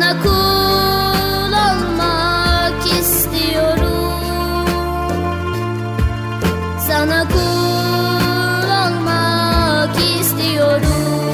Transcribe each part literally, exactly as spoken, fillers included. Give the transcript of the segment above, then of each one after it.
Sana kul olmak istiyorum. Sana kul olmak istiyorum.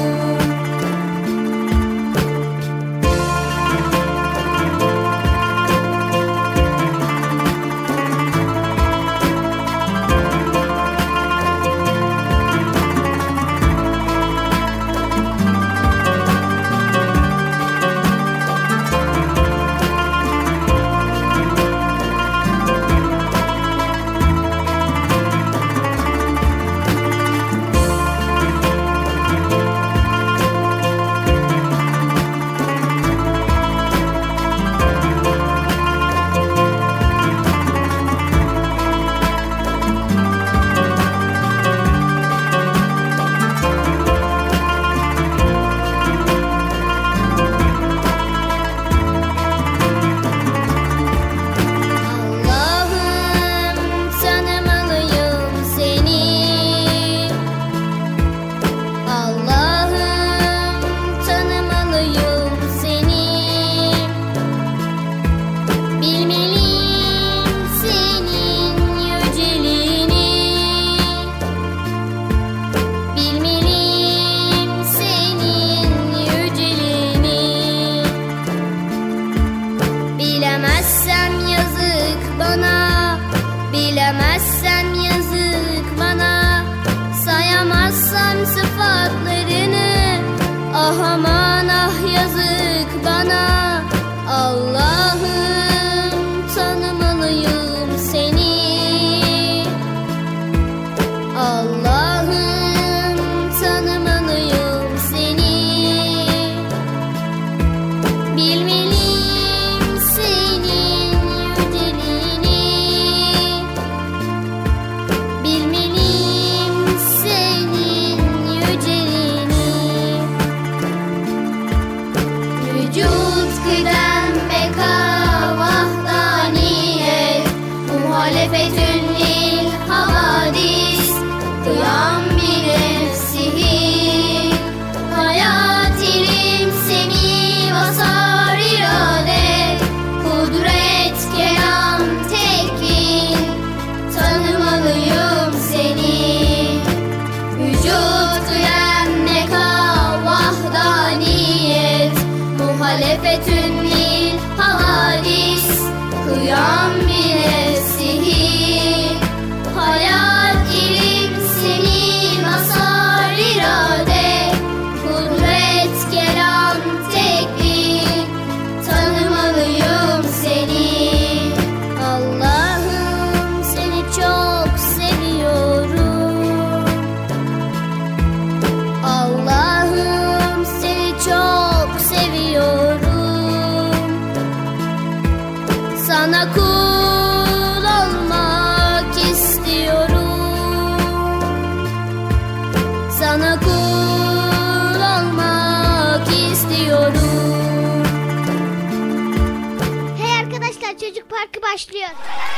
Başlıyor.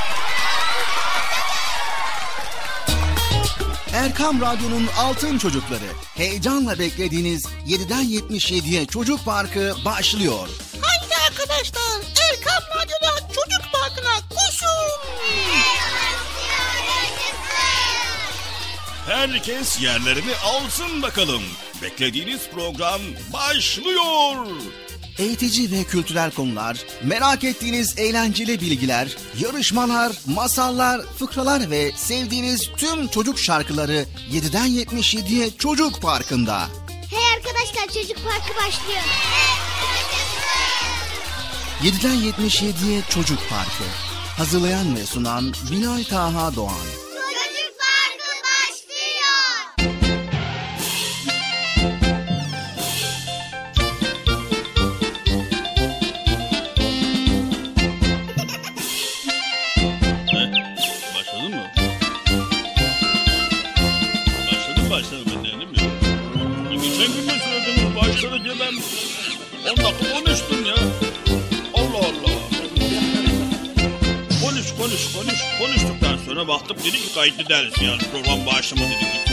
Erkam Radyo'nun Altın Çocukları. Heyecanla beklediğiniz yediden yetmiş yediye Çocuk Parkı başlıyor. Haydi arkadaşlar, Erkam Radyo'da Çocuk Parkı'na koşun. Herkes yerlerini alsın bakalım. Beklediğiniz program başlıyor. Eğitici ve kültürel konular, merak ettiğiniz eğlenceli bilgiler, yarışmalar, masallar, fıkralar ve sevdiğiniz tüm çocuk şarkıları yediden yetmiş yediye Çocuk Parkı'nda. Hey arkadaşlar, Çocuk Parkı başlıyor. yediden yetmiş yediye Çocuk Parkı. Hazırlayan ve sunan Binay Taha Doğan. on dakika konuştum ya. Allah Allah. Konuş konuş konuş. Konuştuktan sonra baktık dedi ki kayıtlı deriz yani. Program başlamadı dedi.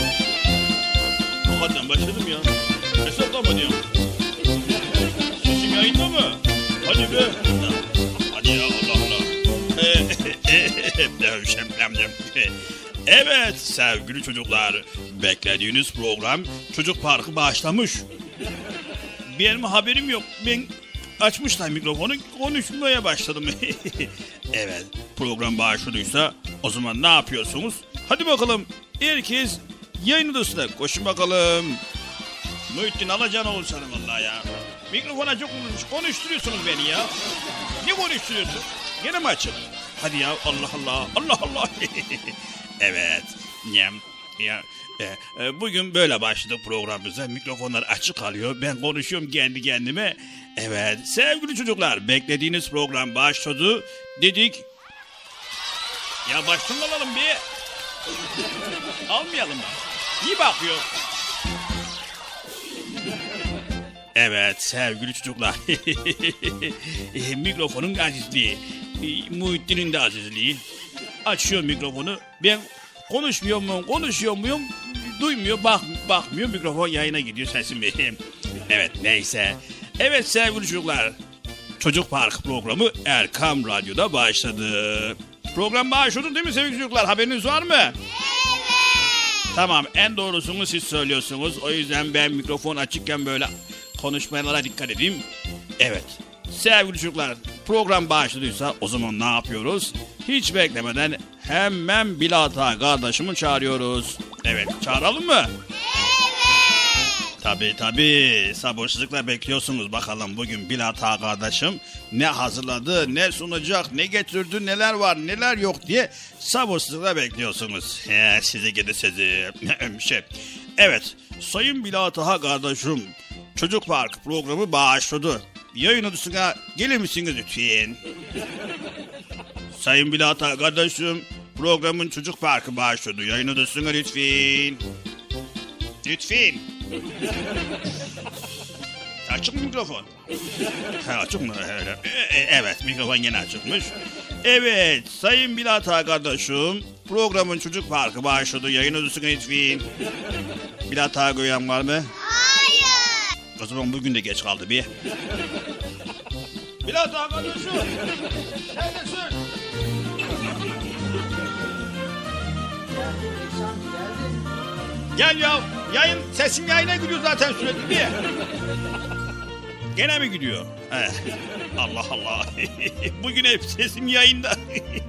Hakikaten başladım ya. Hesaplama diyorum. Sesim yayında mı? Hadi be. Hadi ya Allah Allah. Evet sevgili çocuklar. Beklediğiniz program Çocuk Parkı başlamış. Benim haberim yok. Ben açmışlar mikrofonu, konuşmaya başladım. Evet, program başladıysa o zaman ne yapıyorsunuz? Hadi bakalım, herkes yayın odasına koşun bakalım. Muhittin alacan olur sana vallahi ya. Mikrofona çok konuşmuş, konuşturuyorsunuz beni ya. Ne konuşturuyorsun? Gene mi açık? Hadi ya, Allah Allah, Allah Allah. Evet, ya, ya. E, bugün böyle başladık programımıza. Mikrofonlar açık kalıyor. Ben konuşuyorum kendi kendime. Evet sevgili çocuklar, beklediğiniz program başladı dedik. Ya baştan alalım bir. Almayalım mı? İyi bakıyor. Evet sevgili çocuklar. Mikrofonun azizliği. Muhittin'in de azizliği. Açıyor mikrofonu. Ben konuşmuyor muyum, konuşuyor muyum? Duymuyor, bak, bakmıyor. Mikrofon yayına gidiyor, sesim benim. Evet, neyse. Evet sevgili çocuklar. Çocuk Park programı Erkam Radyo'da başladı. Program başladı değil mi sevgili çocuklar? Haberiniz var mı? Evet. Tamam, en doğrusunu siz söylüyorsunuz. O yüzden ben mikrofon açıkken böyle konuşmalara dikkat edeyim. Evet. Sevgili çocuklar, program başladıysa o zaman ne yapıyoruz? Hiç beklemeden hemen Bilata kardeşimi çağırıyoruz. Evet, çağıralım mı? Evet. Tabii tabii, sabırsızlıkla bekliyorsunuz bakalım bugün Bilata kardeşim ne hazırladı, ne sunacak, ne getirdi, neler var, neler yok diye sabırsızlıkla bekliyorsunuz. He, sizi gidi sizi. şey. Evet, Sayın Bilata kardeşim, Çocuk Park programı başladı. Yayın odasına gelir misiniz lütfen? Sayın Bilata kardeşim, programın Çocuk Parkı başladı. Yayın odasına lütfen. Lütfen. Açık mı mikrofon? Ha, açık mı? Evet, mikrofon yine açıkmış. Evet, Sayın Bilata kardeşim, programın Çocuk Parkı başladı. Yayın odasına lütfen. Bilata gören var mı? Hayır. O zaman bugün de geç kaldı bir. Bilata kardeşim, neredesin? Gel ya, yayın, sesin yayına gidiyor zaten sürekli diye. Gene mi gidiyor? He. Allah Allah. Bugün hep sesim yayında.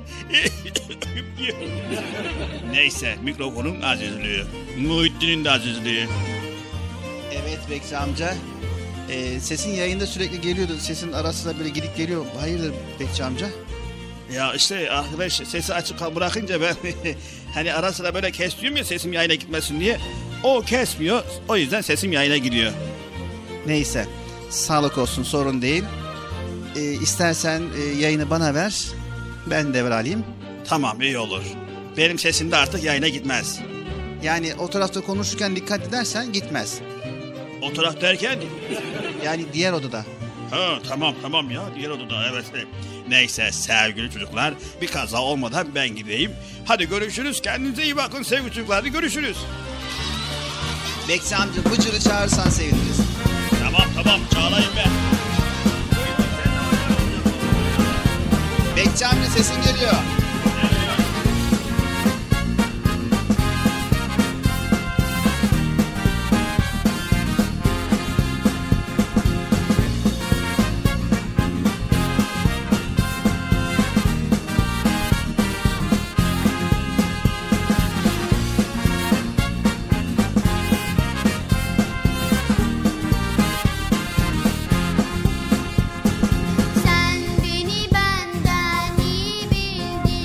Neyse, mikrofonun azizliği. Muhittin'in de azizliği. Evet Bekçi amca. Ee, sesin yayında sürekli geliyordu. Sesin arasında böyle gidip geliyor. Hayırdır Bekçi amca? Ya işte arkadaş sesi açık bırakınca ben hani ara sıra böyle kesiyorum ya sesim yayına gitmesin diye. O kesmiyor. O yüzden sesim yayına gidiyor. Neyse. Sağlık olsun, sorun değil. Ee, istersen e, yayını bana ver. Ben devralayım. Tamam, iyi olur. Benim sesim de artık yayına gitmez. Yani o tarafta konuşurken dikkat edersen gitmez. O taraf derken? Yani diğer odada. Ha, tamam tamam ya, diğer odada, evet. Neyse sevgili çocuklar, bir kaza olmadan ben gideyim. Hadi görüşürüz, kendinize iyi bakın sevgili çocuklar, hadi görüşürüz. Bekçi amca, Bıcır'ı çağırırsan seviniriz. Tamam tamam, çağırayım ben. Bekçi amca, sesin geliyor. Sen beni benden iyi bildin.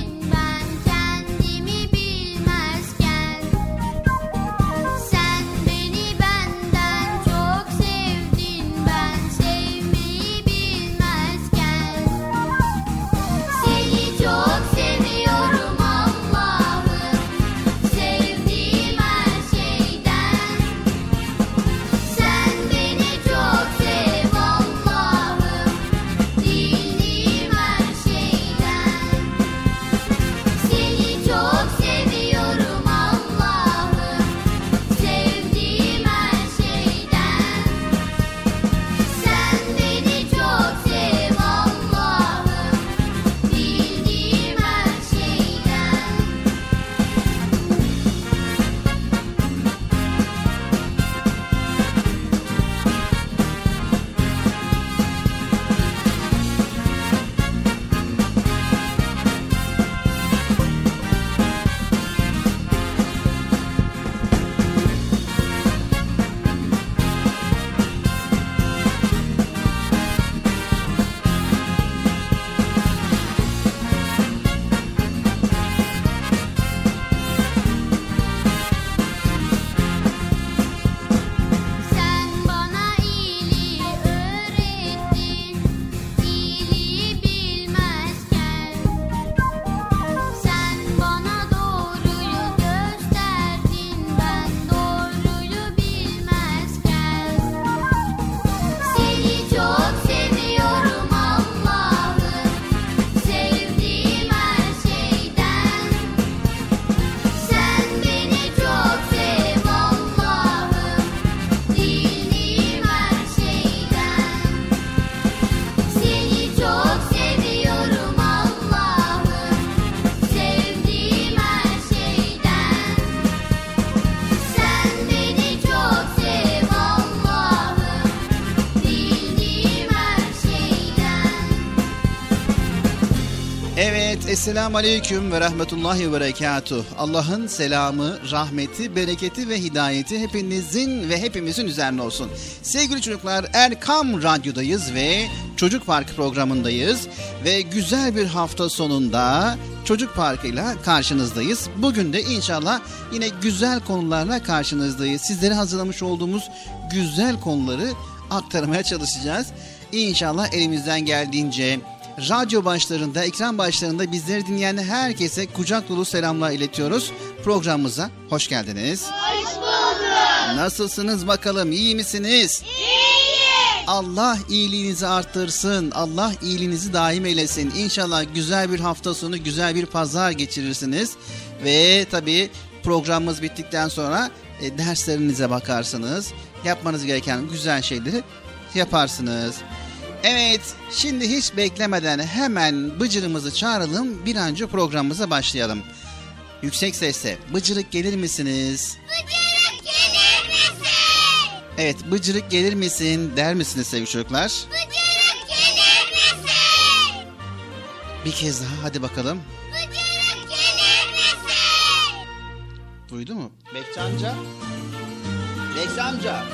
Evet, Esselamu Aleyküm ve Rahmetullahi ve Berekatuhu. Allah'ın selamı, rahmeti, bereketi ve hidayeti hepinizin ve hepimizin üzerine olsun. Sevgili çocuklar, Erkam Radyo'dayız ve Çocuk Parkı programındayız. Ve güzel bir hafta sonunda Çocuk Parkı'yla karşınızdayız. Bugün de inşallah yine güzel konularla karşınızdayız. Sizlere hazırlamış olduğumuz güzel konuları aktarmaya çalışacağız. İnşallah elimizden geldiğince radyo başlarında, ekran başlarında bizleri dinleyen herkese kucak dolu selamlar iletiyoruz. Programımıza hoş geldiniz. Hoş bulduk. Nasılsınız bakalım, iyi misiniz? İyiyiz. Allah iyiliğinizi arttırsın, Allah iyiliğinizi daim eylesin. İnşallah güzel bir hafta sonu, güzel bir pazar geçirirsiniz. Ve tabii programımız bittikten sonra e, derslerinize bakarsınız. Yapmanız gereken güzel şeyleri yaparsınız. Evet, şimdi hiç beklemeden hemen Bıcır'ımızı çağıralım, bir an önce programımıza başlayalım. Yüksek sesle, Bıcırık gelir misiniz? Bıcırık gelir misin? Evet, Bıcırık gelir misin der misiniz sevgili çocuklar? Bıcırık gelir misin? Bir kez daha, hadi bakalım. Bıcırık gelir misin? Duydu mu? Bekçi amca? Bekçi amca!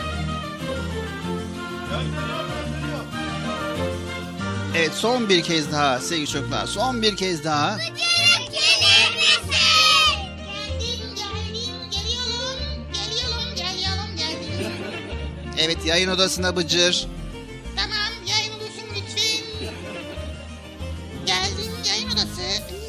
Evet, son bir kez daha sevgili çocuklar, son bir kez daha. Bıcırık gelir misin? Geldim geldim geliyorum geliyorum geliyorum geldim. Evet, yayın odasına Bıcır. Tamam, yayın odası lütfen. Geldim, yayın odası.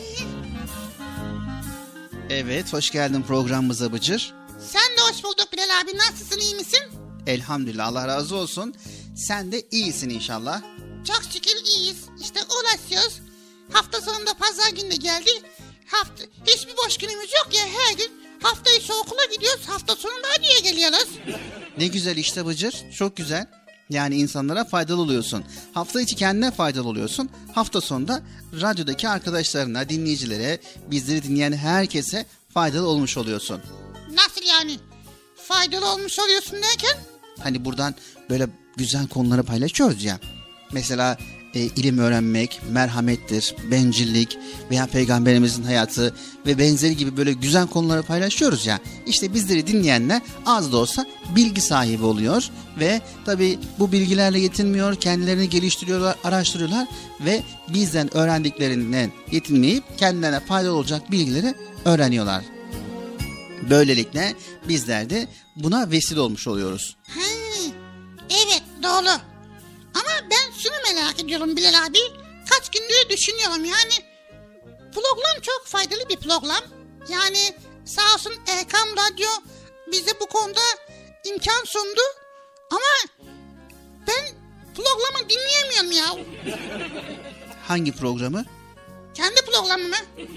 Evet, hoş geldin programımıza Bıcır. Sen de hoş bulduk Bilal abi. Nasılsın, iyi misin? Elhamdülillah, Allah razı olsun. Sen de iyisin inşallah. Çok şükür iyiyiz. İşte uğraşıyoruz. Hafta sonunda pazar günü de geldi. Hafta, hiçbir boş günümüz yok ya, her gün hafta içi okula gidiyoruz. Hafta sonunda radyoya geliyoruz. Ne güzel işte Bıcır, çok güzel. Yani insanlara faydalı oluyorsun. Hafta içi kendine faydalı oluyorsun. Hafta sonunda radyodaki arkadaşlarına, dinleyicilere, bizleri dinleyen herkese faydalı olmuş oluyorsun. Nasıl yani? Faydalı olmuş oluyorsun derken? Hani buradan böyle güzel konuları paylaşıyoruz ya. Mesela e, ilim öğrenmek, merhamettir, bencillik veya peygamberimizin hayatı ve benzeri gibi böyle güzel konuları paylaşıyoruz ya. İşte bizleri dinleyenler az da olsa bilgi sahibi oluyor ve tabii bu bilgilerle yetinmiyor, kendilerini geliştiriyorlar, araştırıyorlar ve bizden öğrendiklerinden yetinmeyip kendilerine faydalı olacak bilgileri öğreniyorlar. Böylelikle bizler de buna vesile olmuş oluyoruz. Ha, evet doğru. Ama ben şunu merak ediyorum Bilal abi. Kaç gündür düşünüyorum yani. Program çok faydalı bir program. Yani sağ olsun Erkam Radyo bize bu konuda imkan sundu. Ama ben programı dinleyemiyorum ya. Hangi programı? Kendi programımı.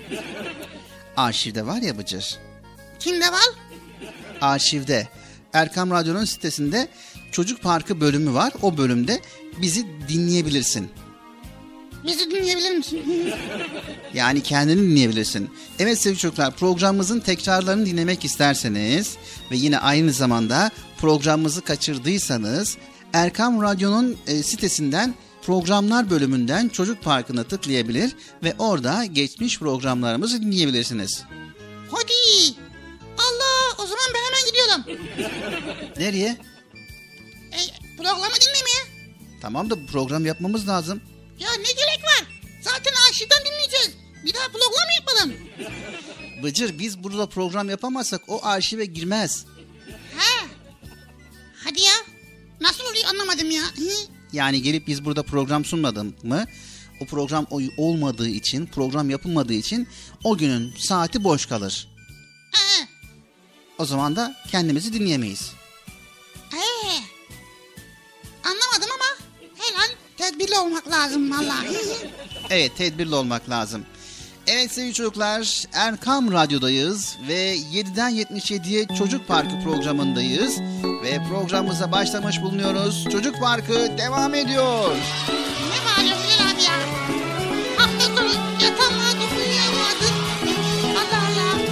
Arşivde var ya Bıcır. Kimde var? Arşivde. Erkam Radyo'nun sitesinde Çocuk Parkı bölümü var. O bölümde bizi dinleyebilirsin. Bizi dinleyebilir misin? Yani kendini dinleyebilirsin. Evet sevgili çocuklar, programımızın tekrarlarını dinlemek isterseniz ve yine aynı zamanda programımızı kaçırdıysanız Erkam Radyo'nun e, sitesinden programlar bölümünden Çocuk Parkı'na tıklayabilir ve orada geçmiş programlarımızı dinleyebilirsiniz. Hadi. Allah, o zaman ben hemen gidiyorum. Nereye? E, programı dinlemeye. Tamam da program yapmamız lazım. Ya ne gerek var? Zaten arşivden dinleyeceğiz. Bir daha program mı yapalım? Bıcır, biz burada program yapamazsak o arşive girmez. Ha. Hadi ya. Nasıl oluyor anlamadım ya. Hı? Yani gelip biz burada program sunmadık mı? O program olmadığı için, program yapılmadığı için o günün saati boş kalır. Ha. O zaman da kendimizi dinleyemeyiz. Ee, anlamadım ama her an tedbirli olmak lazım vallahi. Evet, tedbirli olmak lazım. Evet sevgili çocuklar, Erkam Radyo'dayız ve yediden yetmiş yediye Çocuk Parkı programındayız. Ve programımıza başlamış bulunuyoruz. Çocuk Parkı devam ediyor. Ne var Bilal abi ya? Hafta sonu yatamadı, uyuyamadı. Allah Allah.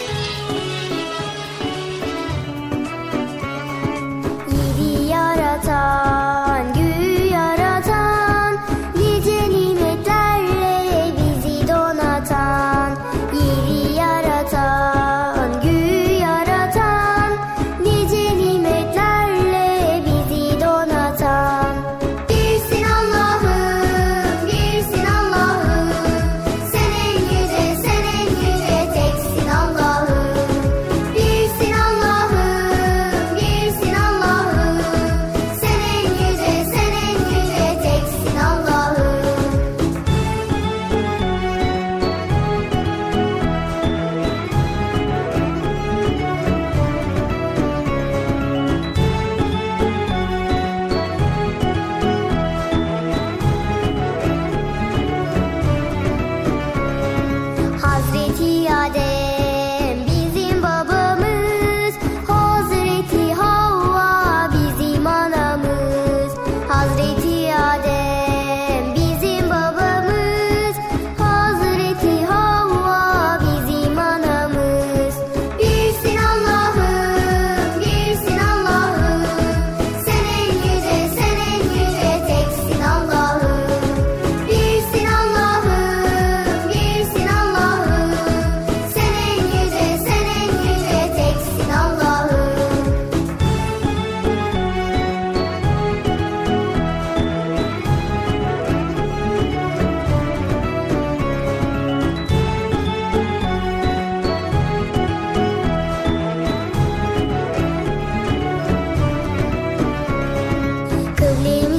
Yedi yaratan, göğü yaratan, nice nimetlerle bizi donatan.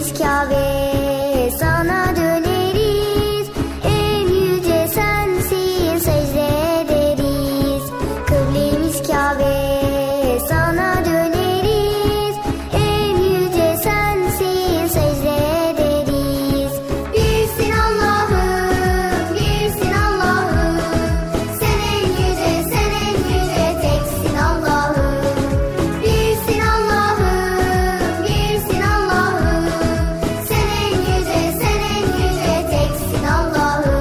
Kıblemiz Kabe, sana döneriz. En yüce sensin, secde ederiz. Kıblemiz Kabe, sana döneriz. En yüce sensin, secde ederiz. Birsin Allah'ım, birsin Allah'ım. Sen en yüce, sen en yüce teksin Allah'ım. Birsin Allah'ım, birsin Allah'ım. Sen en yüce, sen en yüce teksin Allah'ım.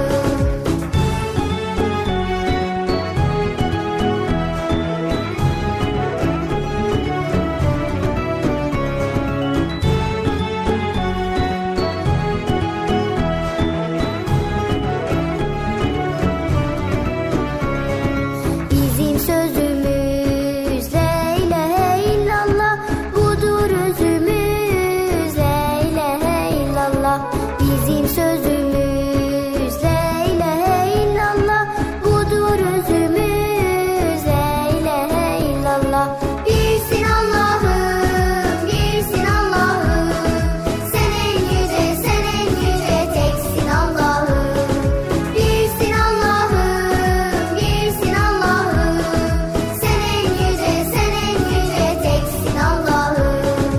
Bizim sözümüz la ilahe illallah, budur özümüz la ilahe illallah. Bizim sözümüz la ilahe illallah, budur özümüz la ilahe illallah. Birsin Allah'ım, birsin Allah'ım. Sen en yüce, sen en yüce teksin Allah'ım. Birsin Allah'ım, birsin Allah'ım. Sen en yüce, sen en yüce teksin Allah'ım.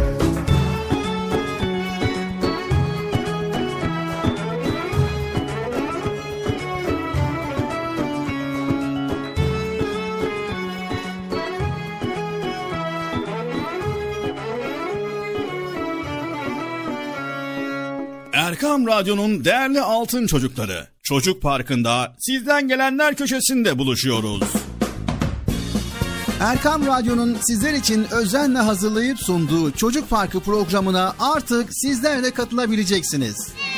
Erkam Radyo'nun değerli altın çocukları, Çocuk Parkı'nda sizden gelenler köşesinde buluşuyoruz. Erkam Radyo'nun sizler için özenle hazırlayıp sunduğu Çocuk Parkı programına artık sizler de katılabileceksiniz.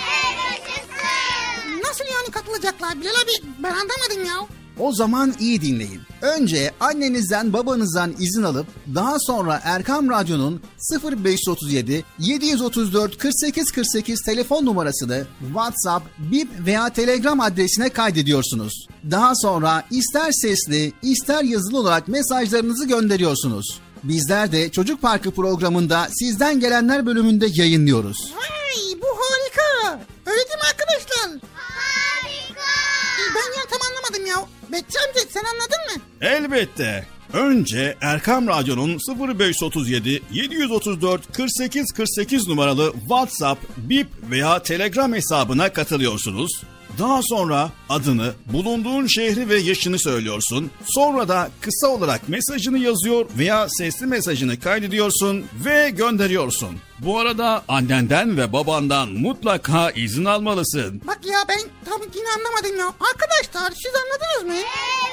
Nasıl yani katılacaklar Bilal abi? Ben anlamadım ya. O zaman iyi dinleyin. Önce annenizden babanızdan izin alıp daha sonra Erkam Radyo'nun sıfır beş otuz yedi yedi otuz dört kırk sekiz kırk sekiz telefon numarasını WhatsApp, Bip veya Telegram adresine kaydediyorsunuz. Daha sonra ister sesli ister yazılı olarak mesajlarınızı gönderiyorsunuz. Bizler de Çocuk Parkı programında sizden gelenler bölümünde yayınlıyoruz. Vay, bu harika. Öyle değil mi arkadaşlar? Harika. Ben ya tam anlamadım ya. Bekçi amca sen anladın mı? Elbette. Önce Erkam Radyo'nun sıfır beş otuz yedi yedi otuz dört kırk sekiz kırk sekiz numaralı WhatsApp, Bip veya Telegram hesabına katılıyorsunuz. Daha sonra adını, bulunduğun şehri ve yaşını söylüyorsun. Sonra da kısa olarak mesajını yazıyor veya sesli mesajını kaydediyorsun ve gönderiyorsun. Bu arada annenden ve babandan mutlaka izin almalısın. Bak ya ben tam yine anlamadım ya. Arkadaşlar siz anladınız mı?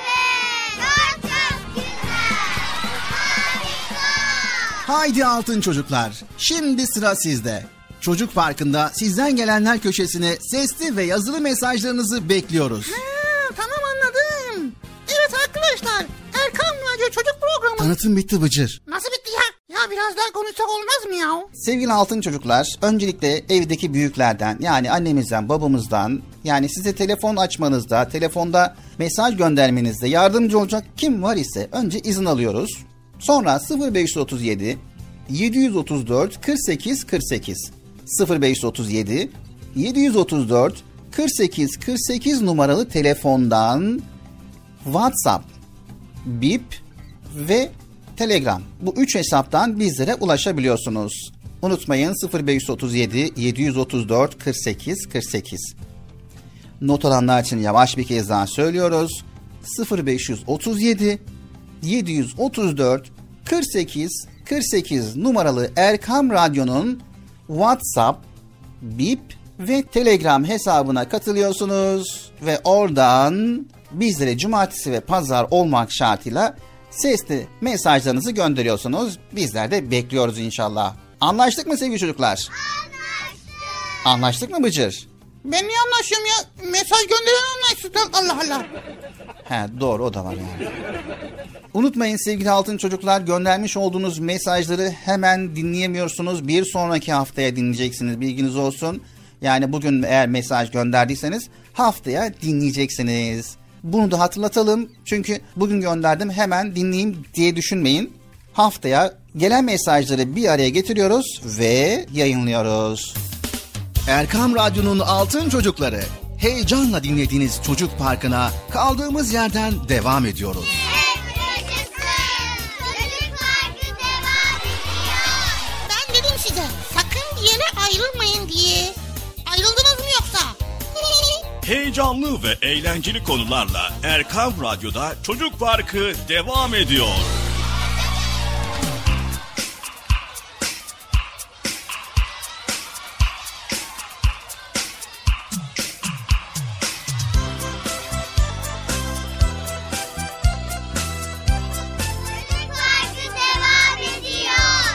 Evet. Çok güzel. Harika. Haydi altın çocuklar, şimdi sıra sizde. Çocuk Parkı'nda sizden gelenler köşesine sesli ve yazılı mesajlarınızı bekliyoruz. Ha, tamam anladım. Evet arkadaşlar, Erkam Radyo Çocuk Programı. Tanıtım bitti Bıcır. Nasıl bitti ya? Ya biraz daha konuşsak olmaz mı ya? Sevgili altın çocuklar, öncelikle evdeki büyüklerden, yani annemizden, babamızdan, yani size telefon açmanızda, telefonda mesaj göndermenizde yardımcı olacak kim var ise önce izin alıyoruz. Sonra sıfır beş otuz yedi yedi otuz dört kırk sekiz kırk sekiz sıfır beş otuz yedi yedi otuz dört kırk sekiz kırk sekiz numaralı telefondan WhatsApp, Bip ve Telegram. Bu üç hesaptan bizlere ulaşabiliyorsunuz. Unutmayın sıfır beş otuz yedi yedi otuz dört kırk sekiz kırk sekiz. Not alanlar için yavaş bir kez daha söylüyoruz. sıfır beş otuz yedi yedi otuz dört kırk sekiz kırk sekiz numaralı Erkam Radyo'nun WhatsApp, Bip ve Telegram hesabına katılıyorsunuz ve oradan bizlere cumartesi ve pazar olmak şartıyla sesli mesajlarınızı gönderiyorsunuz. Bizler de bekliyoruz inşallah. Anlaştık mı sevgili çocuklar? Anlaştık. Anlaştık mı Bıcır? Ben niye anlaşıyorum ya? Mesaj gönderen anlaşsın. Allah Allah. He doğru, o da var yani. Unutmayın sevgili altın çocuklar, göndermiş olduğunuz mesajları hemen dinleyemiyorsunuz. Bir sonraki haftaya dinleyeceksiniz, bilginiz olsun. Yani bugün eğer mesaj gönderdiyseniz haftaya dinleyeceksiniz. Bunu da hatırlatalım. Çünkü bugün gönderdim hemen dinleyeyim diye düşünmeyin. Haftaya gelen mesajları bir araya getiriyoruz ve yayınlıyoruz. Erkam Radyo'nun Altın Çocukları. Heyecanla dinlediğiniz Çocuk Parkı'na kaldığımız yerden devam ediyoruz. Hep yaşasın. Çocuk Parkı devam ediyor. Ben dedim size sakın bir yere ayrılmayın diye. Ayrıldınız mı yoksa? Heyecanlı ve eğlenceli konularla Erkam Radyo'da Çocuk Parkı devam ediyor. Çocuk Parkı devam ediyor.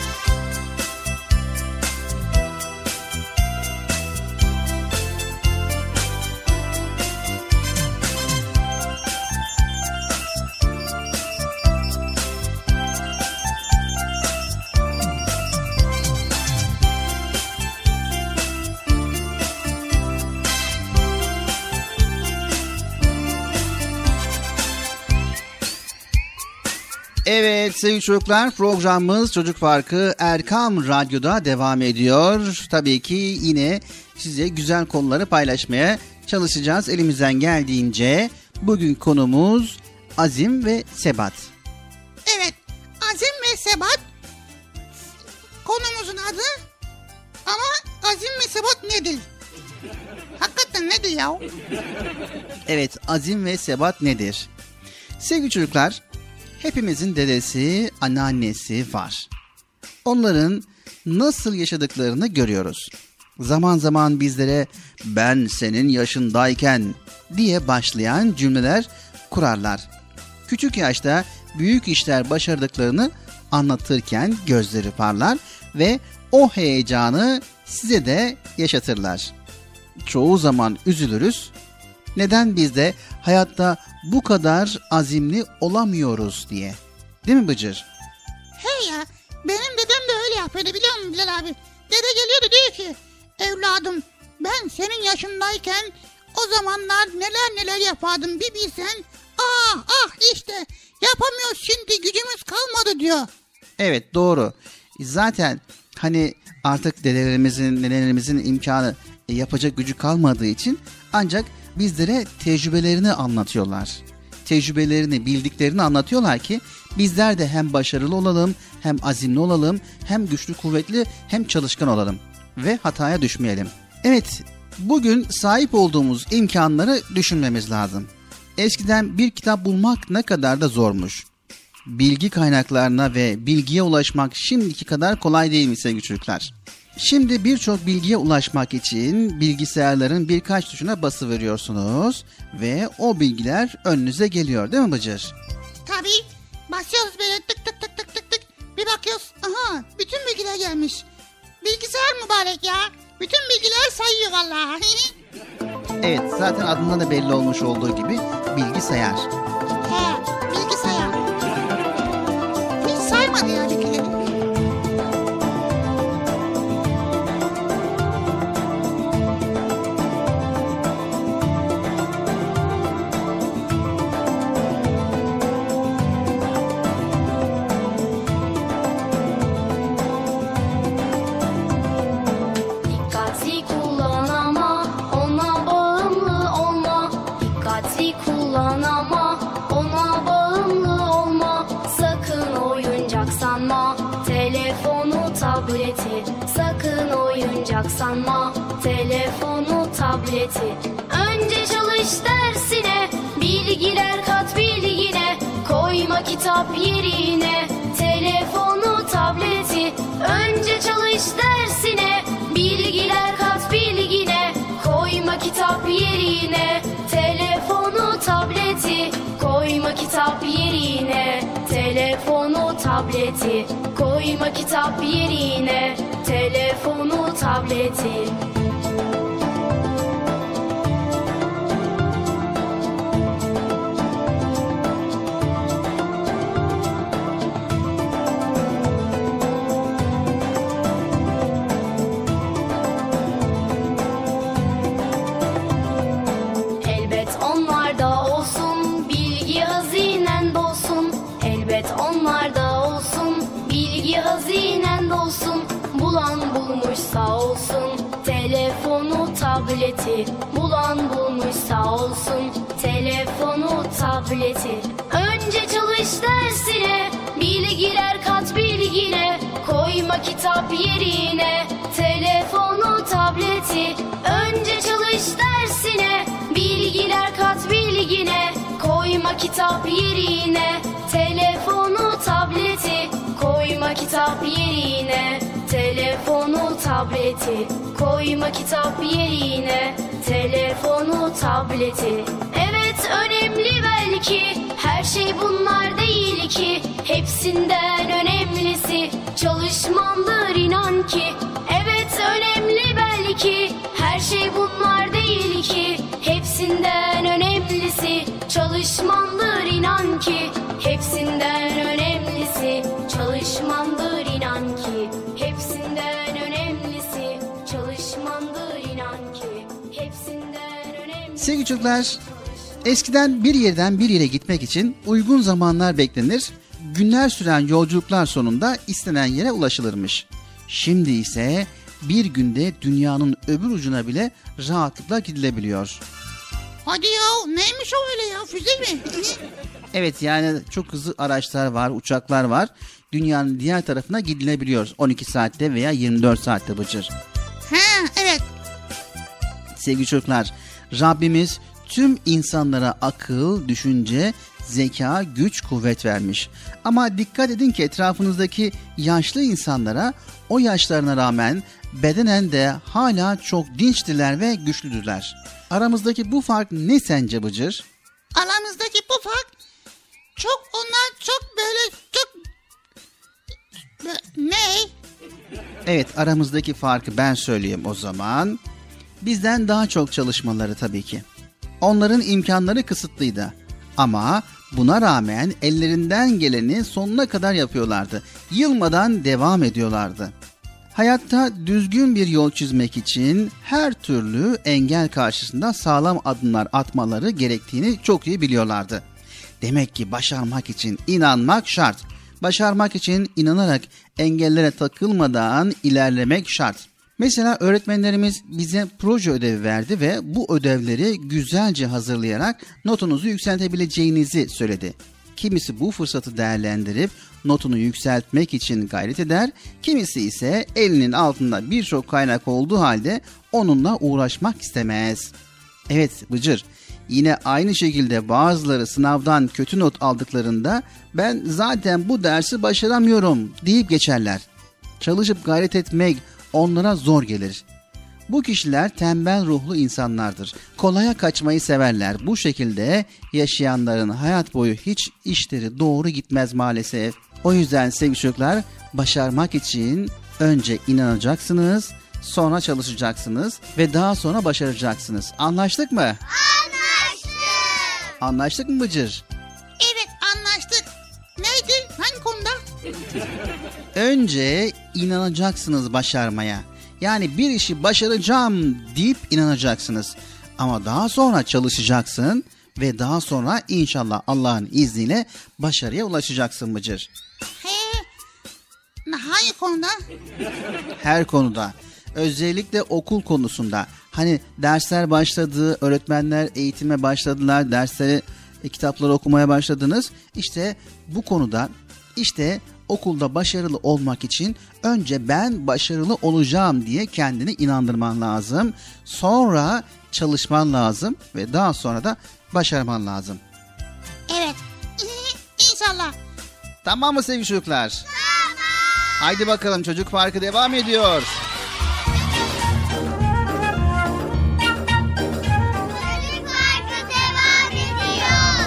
Evet sevgili çocuklar, programımız Çocuk Parkı Erkam Radyo'da devam ediyor. Tabii ki yine size güzel konuları paylaşmaya çalışacağız elimizden geldiğince. Bugün konumuz azim ve sebat. Evet, azim ve sebat konumuzun adı. Ama azim ve sebat nedir? Hakikaten nedir ya? Evet, azim ve sebat nedir? Sevgili çocuklar, hepimizin dedesi, anneannesi var. Onların nasıl yaşadıklarını görüyoruz. Zaman zaman bizlere ben senin yaşındayken diye başlayan cümleler kurarlar. Küçük yaşta büyük işler başardıklarını anlatırken gözleri parlar ve o heyecanı size de yaşatırlar. Çoğu zaman üzülürüz. Neden biz de hayatta bu kadar azimli olamıyoruz diye. Değil mi Bıcır? Hey ya, benim dedem de öyle yapıyordu biliyor musun Bilal abi? Dede geliyordu diyor ki, evladım ben senin yaşındayken o zamanlar neler neler yapardım bir bilsen. Ah ah işte yapamıyoruz şimdi, gücümüz kalmadı diyor. Evet, doğru. Zaten hani artık dedelerimizin, nenelerimizin imkanı e, yapacak gücü kalmadığı için ancak bizlere tecrübelerini anlatıyorlar. Tecrübelerini, bildiklerini anlatıyorlar ki bizler de hem başarılı olalım, hem azimli olalım, hem güçlü, kuvvetli, hem çalışkan olalım ve hataya düşmeyelim. Evet, bugün sahip olduğumuz imkanları düşünmemiz lazım. Eskiden bir kitap bulmak ne kadar da zormuş. Bilgi kaynaklarına ve bilgiye ulaşmak şimdiki kadar kolay değil mi sevgili çocuklar? Şimdi birçok bilgiye ulaşmak için bilgisayarların birkaç tuşuna basıveriyorsunuz ve o bilgiler önünüze geliyor değil mi Bıcır? Tabii, basıyoruz böyle tık tık tık tık tık tık. Bir bakıyoruz, aha bütün bilgiler gelmiş. Bilgisayar mübarek ya. Bütün bilgiler sayıyor vallahi. Evet, zaten adından da belli olmuş olduğu gibi bilgisayar. He, bilgisayar. Hiç saymadı ya bilgileri. Dikkatli kullan ama ona bağımlı olma. Dikkatli kullan ama ona bağımlı olma. Sakın oyuncak sanma telefonu, tableti. Sakın oyuncak sanma telefonu, tableti. Önce çalış dersine, bilgiler kat bilgine. Koyma kitap yerine telefonu, tableti. Önce çalış dersine, bilgiler kat bilgine. Koyma kitap yerine telefonu, tableti. Koyma kitap yerine telefonu, tableti. Koyma kitap yerine telefonu, tableti. Elbet onlarda olsun bilgi hazinen dolsun. Elbet onlarda olsun bilgi hazinen dolsun. Bulan bulmuş sağ olsun telefon tableti. Bulan bulmuş sağ olsun telefonu tableti. Önce çalış dersine, bilgiler kat bilgine. Koyma kitap yerine telefonu tableti. Önce çalış dersine, bilgiler kat bilgine. Koyma kitap yerine telefonu tableti. Koyma kitap yerine telefonu tableti. Koyma kitap yerine telefonu tableti. Evet önemli belki, her şey bunlar değil ki. Hepsinden önemlisi çalışmandır inan ki. Evet önemli belki, her şey bunlar değil ki. Hepsinden önemlisi çalışmandır inan ki. Hepsinden önemlisi çalışmandır inan ki. Hepsinden önemlisi çalışmandır inan ki. Hepsinden önemlisi. Sevgili çocuklar, eskiden bir yerden bir yere gitmek için uygun zamanlar beklenir. Günler süren yolculuklar sonunda istenen yere ulaşılırmış. Şimdi ise bir günde dünyanın öbür ucuna bile rahatlıkla gidilebiliyor. Hadi ya, neymiş o öyle ya, füze mi? Evet, yani çok hızlı araçlar var, uçaklar var. Dünyanın diğer tarafına gidilebiliyor on iki saatte veya yirmi dört saatte Bıcır. He, evet. Sevgili çocuklar, Rabbimiz tüm insanlara akıl, düşünce, zeka, güç, kuvvet vermiş. Ama dikkat edin ki etrafınızdaki yaşlı insanlara o yaşlarına rağmen bedenen de hala çok dinçtiler ve güçlüdürler. Aramızdaki bu fark ne sence Bıcır? Aramızdaki bu fark çok, onlar çok böyle çok... Ne? Evet, aramızdaki farkı ben söyleyeyim o zaman. Bizden daha çok çalışmaları tabii ki. Onların imkanları kısıtlıydı. Ama buna rağmen ellerinden geleni sonuna kadar yapıyorlardı. Yılmadan devam ediyorlardı. Hayatta düzgün bir yol çizmek için her türlü engel karşısında sağlam adımlar atmaları gerektiğini çok iyi biliyorlardı. Demek ki başarmak için inanmak şart. Başarmak için inanarak engellere takılmadan ilerlemek şart. Mesela öğretmenlerimiz bize proje ödevi verdi ve bu ödevleri güzelce hazırlayarak notunuzu yükseltebileceğinizi söyledi. Kimisi bu fırsatı değerlendirip notunu yükseltmek için gayret eder, kimisi ise elinin altında birçok kaynak olduğu halde onunla uğraşmak istemez. Evet Bıcır, yine aynı şekilde bazıları sınavdan kötü not aldıklarında ben zaten bu dersi başaramıyorum deyip geçerler. Çalışıp gayret etmek onlara zor gelir. Bu kişiler tembel ruhlu insanlardır. Kolaya kaçmayı severler. Bu şekilde yaşayanların hayat boyu hiç işleri doğru gitmez maalesef. O yüzden sevgili çocuklar, başarmak için önce inanacaksınız, sonra çalışacaksınız ve daha sonra başaracaksınız. Anlaştık mı? Anlaştık. Anlaştık mı Bıcır? Evet, anlaştık. Neydi? Hangi konuda? Önce inanacaksınız başarmaya. Yani bir işi başaracağım deyip inanacaksınız. Ama daha sonra çalışacaksın ve daha sonra inşallah Allah'ın izniyle başarıya ulaşacaksın Bıcır. He, hangi konuda? Her konuda. Özellikle okul konusunda. Hani dersler başladı, öğretmenler eğitime başladılar, dersleri, e, kitapları okumaya başladınız. İşte bu konuda, işte okulda başarılı olmak için önce ben başarılı olacağım diye kendini inandırman lazım. Sonra çalışman lazım ve daha sonra da başarman lazım. Evet. İnşallah. Tamam mı sevgili çocuklar? Tamam. Haydi bakalım, çocuk parkı devam ediyor. Çocuk Parkı devam ediyor.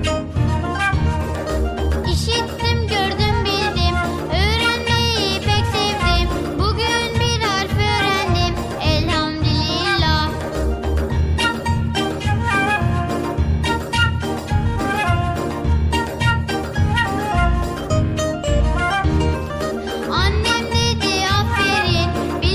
İşittim, gördüm, bildim. Öğrenmeyi pek sevdim. Bugün bir harf öğrendim. Elhamdülillah. Annem dedi aferin.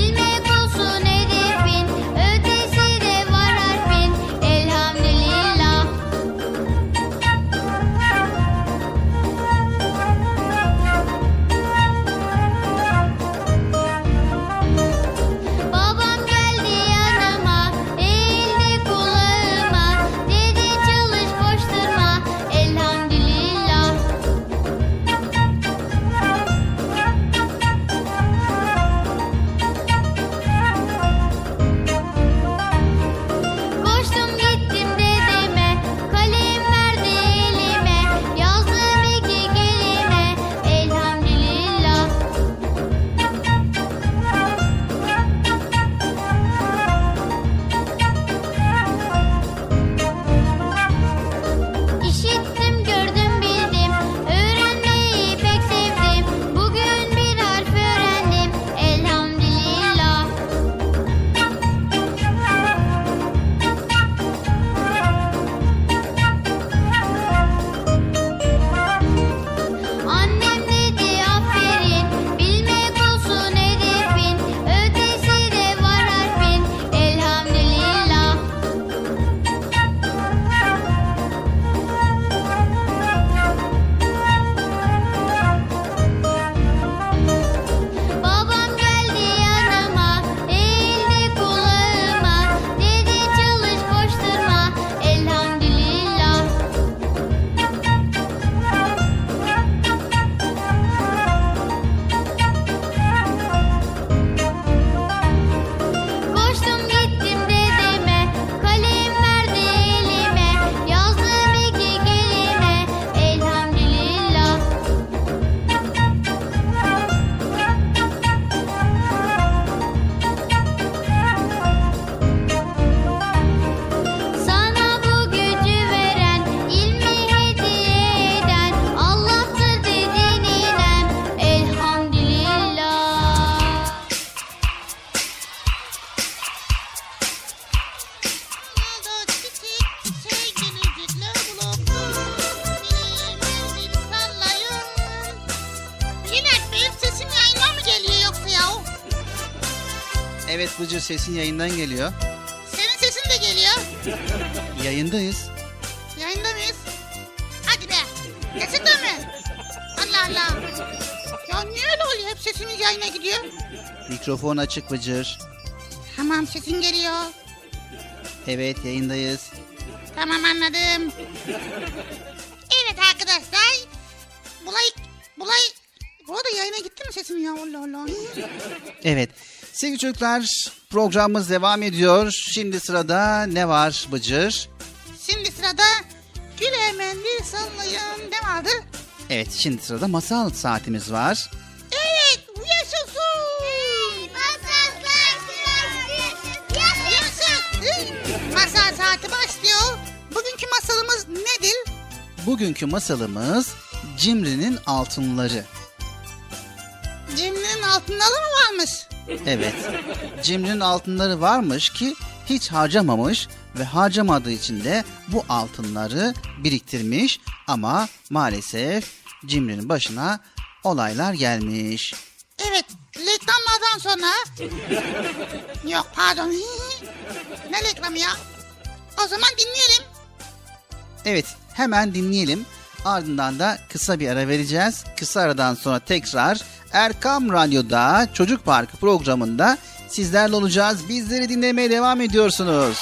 Evet Bıcır, sesin yayından geliyor. Senin sesin de geliyor. Yayındayız. Yayında mıyız? Hadi be. Kesin de mi? Allah Allah. Ya niye öyle oluyor? Hep sesimiz yayına gidiyor. Mikrofon açık Bıcır. Tamam, sesin geliyor. Evet, yayındayız. Tamam, anladım. Evet arkadaşlar. Bulay, Bulay. Bu arada yayına gitti mi sesim ya? Allah Allah. Evet. Sevgili çocuklar, programımız devam ediyor. Şimdi sırada ne var Bıcır? Şimdi sırada Güle mendil sallayın ne vardı? Evet, şimdi sırada masal saatimiz var. Evet, yaşasın. Masaslar sırası. Yaşasın. Masal saati başlıyor. Bugünkü masalımız nedir? Bugünkü masalımız Cimri'nin altınları. Cimri'nin altınları mı varmış? Evet, Cimri'nin altınları varmış ki hiç harcamamış ve harcamadığı için de bu altınları biriktirmiş ama maalesef Cimri'nin başına olaylar gelmiş. Evet, reklamlardan sonra... Yok pardon. Ne reklamı ya? O zaman dinleyelim. Evet, hemen dinleyelim. Ardından da kısa bir ara vereceğiz. Kısa aradan sonra tekrar Erkam Radyo'da Çocuk Parkı programında sizlerle olacağız. Bizleri dinlemeye devam ediyorsunuz.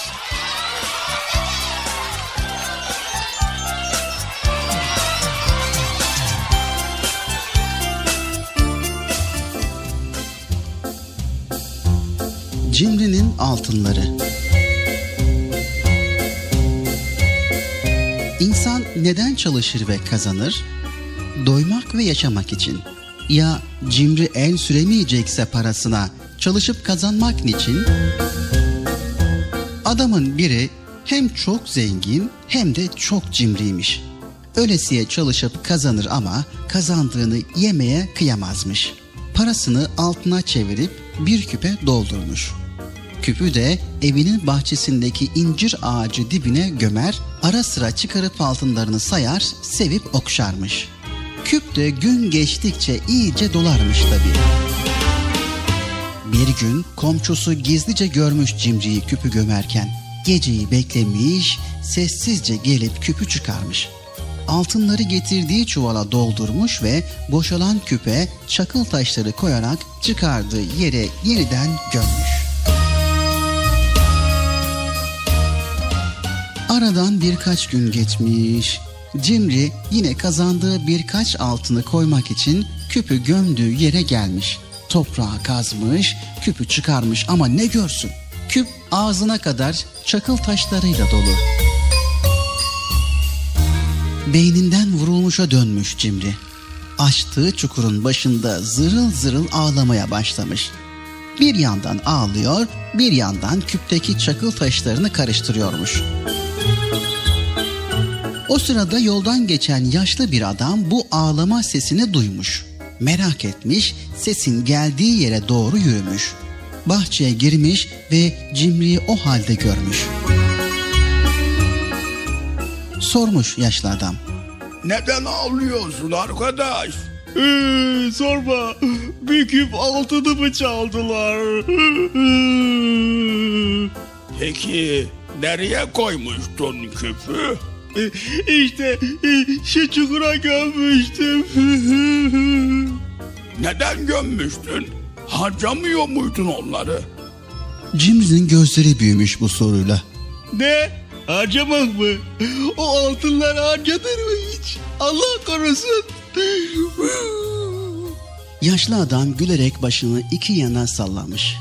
Cimri'nin altınları. İnsan neden çalışır ve kazanır? Doymak ve yaşamak için. Ya cimri el süremeyecekse parasına, çalışıp kazanmak niçin? Adamın biri hem çok zengin hem de çok cimriymiş. Ölesiye çalışıp kazanır ama kazandığını yemeye kıyamazmış. Parasını altına çevirip bir küpe doldurmuş. Küpü de evinin bahçesindeki incir ağacı dibine gömer, ara sıra çıkarıp altınlarını sayar, sevip okşarmış. Küp de gün geçtikçe iyice dolarmış tabii. Bir gün komşusu gizlice görmüş cimriyi küpü gömerken. Geceyi beklemiş, sessizce gelip küpü çıkarmış. Altınları getirdiği çuvala doldurmuş ve boşalan küpe çakıl taşları koyarak çıkardığı yere yeniden gömmüş. Aradan birkaç gün geçmiş. Cimri yine kazandığı birkaç altını koymak için küpü gömdüğü yere gelmiş. Toprağı kazmış, küpü çıkarmış ama ne görsün? Küp ağzına kadar çakıl taşlarıyla dolu. Beyninden vurulmuşa dönmüş Cimri. Açtığı çukurun başında zırıl zırıl ağlamaya başlamış. Bir yandan ağlıyor, bir yandan küpteki çakıl taşlarını karıştırıyormuş. O sırada yoldan geçen yaşlı bir adam bu ağlama sesini duymuş. Merak etmiş, sesin geldiği yere doğru yürümüş. Bahçeye girmiş ve Cimri'yi o halde görmüş. Sormuş yaşlı adam. Neden ağlıyorsun arkadaş? Ee, sorma. Bir küp altınımı çaldılar. Peki nereye koymuştun küpü? İşte şu çukura gömmüştüm. Neden gömmüştün? Harcamıyor muydun onları? Cimri'nin gözleri büyümüş bu soruyla. Ne? Harcamak mı? O altınlar harcanır mı hiç? Allah korusun. Yaşlı adam gülerek başını iki yana sallamış.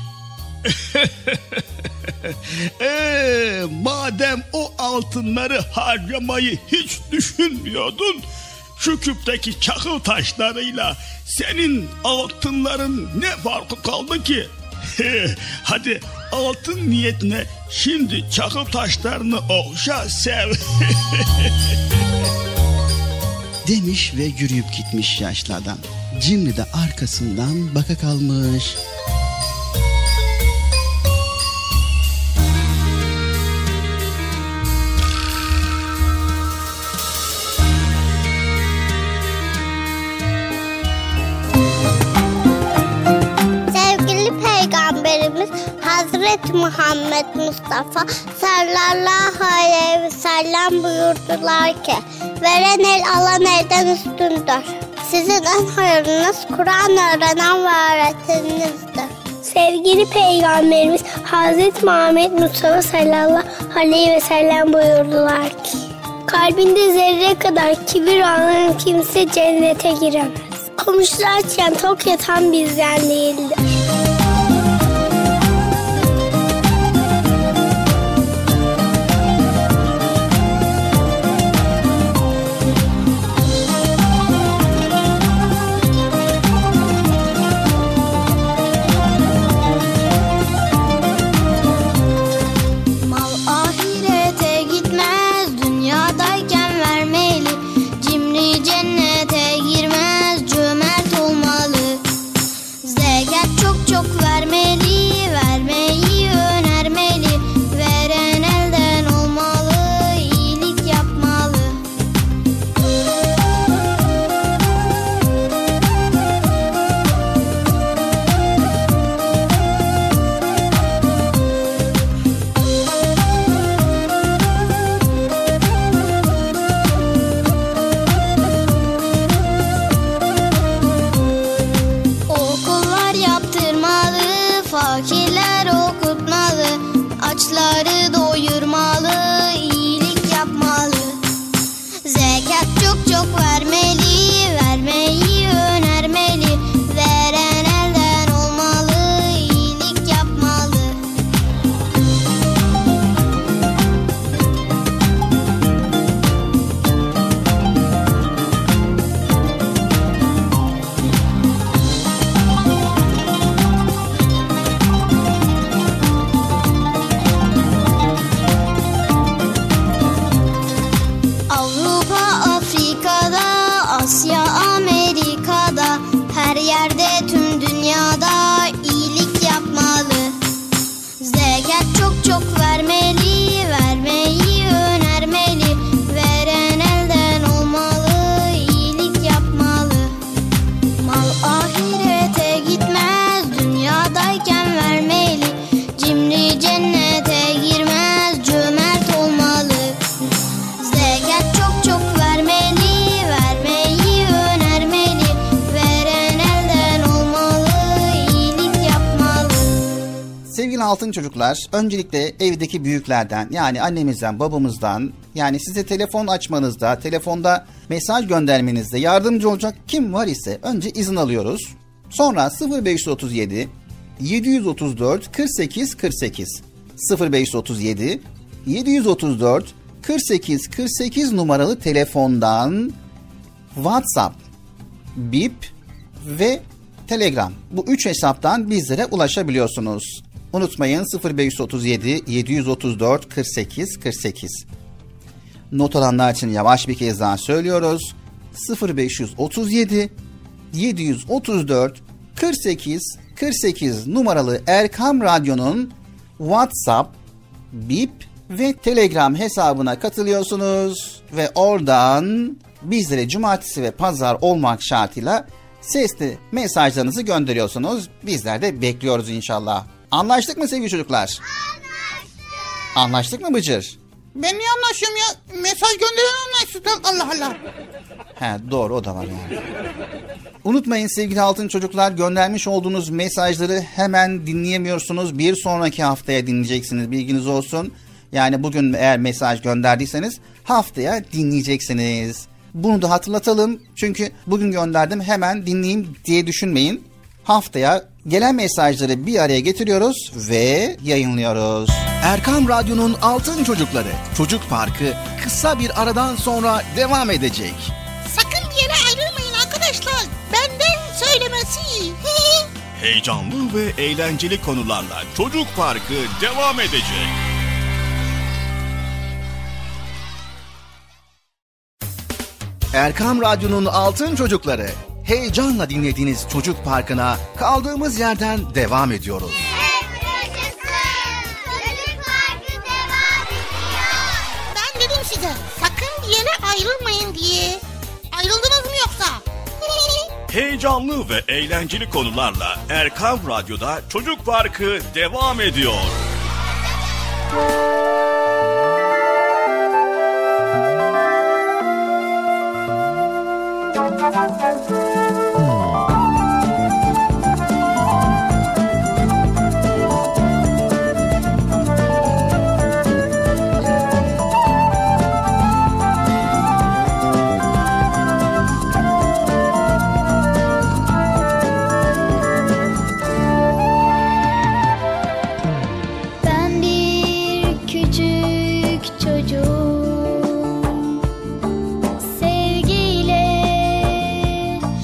Ee, madem o altınları harcamayı hiç düşünmüyordun, şu küpteki çakıl taşlarıyla senin altınların ne farkı kaldı ki? Hadi altın niyetine şimdi çakıl taşlarını okşa, sev. Demiş ve yürüyüp gitmiş yaşlı adam. Cimri de arkasından baka kalmış. Sevgili Peygamberimiz Hazreti Muhammed Mustafa sallallahu aleyhi ve sellem buyurdular ki veren el alan elden üstündür. Sizin en hayırlınız Kur'an öğrenen ve öğreteninizdir. Sevgili Peygamberimiz Hazreti Muhammed Mustafa sallallahu aleyhi ve sellem buyurdular ki kalbinde zerre kadar kibir olan kimse cennete giremez. Komşular açan tok yatan bizden değildir. Altın çocuklar, öncelikle evdeki büyüklerden yani annemizden, babamızdan yani size telefon açmanızda, telefonda mesaj göndermenizde yardımcı olacak kim var ise önce izin alıyoruz. Sonra sıfır beş otuz yedi yedi otuz dört kırk sekiz kırk sekiz sıfır beş otuz yedi yedi otuz dört kırk sekiz kırk sekiz numaralı telefondan WhatsApp, Bip ve Telegram bu üç hesaptan bizlere ulaşabiliyorsunuz. Unutmayın sıfır beş otuz yedi yedi otuz dört kırk sekiz kırk sekiz. Not alanlar için yavaş bir kez daha söylüyoruz. sıfır beş otuz yedi yedi otuz dört kırk sekiz kırk sekiz numaralı Erkam Radyo'nun WhatsApp, Bip ve Telegram hesabına katılıyorsunuz ve oradan bizlere cumartesi ve pazar olmak şartıyla sesli mesajlarınızı gönderiyorsunuz. Bizler de bekliyoruz inşallah. Anlaştık mı sevgili çocuklar? Anlaştık. Anlaştık mı Bıcır? Ben niye anlaşıyorum ya? Mesaj gönderen anlaştık. Allah Allah. He doğru o da var yani. Unutmayın sevgili altın çocuklar, göndermiş olduğunuz mesajları hemen dinleyemiyorsunuz. Bir sonraki haftaya dinleyeceksiniz, bilginiz olsun. Yani bugün eğer mesaj gönderdiyseniz haftaya dinleyeceksiniz. Bunu da hatırlatalım. Çünkü bugün gönderdim hemen dinleyeyim diye düşünmeyin. Haftaya gelen mesajları bir araya getiriyoruz ve yayınlıyoruz. Erkam Radyo'nun Altın Çocukları Çocuk Parkı kısa bir aradan sonra devam edecek. Sakın bir yere ayrılmayın arkadaşlar. Benden söylemesi. Heyecanlı ve eğlenceli konularla Çocuk Parkı devam edecek. Erkam Radyo'nun Altın Çocukları, heyecanla dinlediğiniz Çocuk Parkı'na kaldığımız yerden devam ediyoruz. Çocuk Parkı devam ediyor. Ben dedim size sakın bir yere ayrılmayın diye. Ayrıldınız mı yoksa? Heyecanlı ve eğlenceli konularla Erkam Radyo'da Çocuk Parkı devam ediyor. Ben bir küçük çocuğum, sevgiyle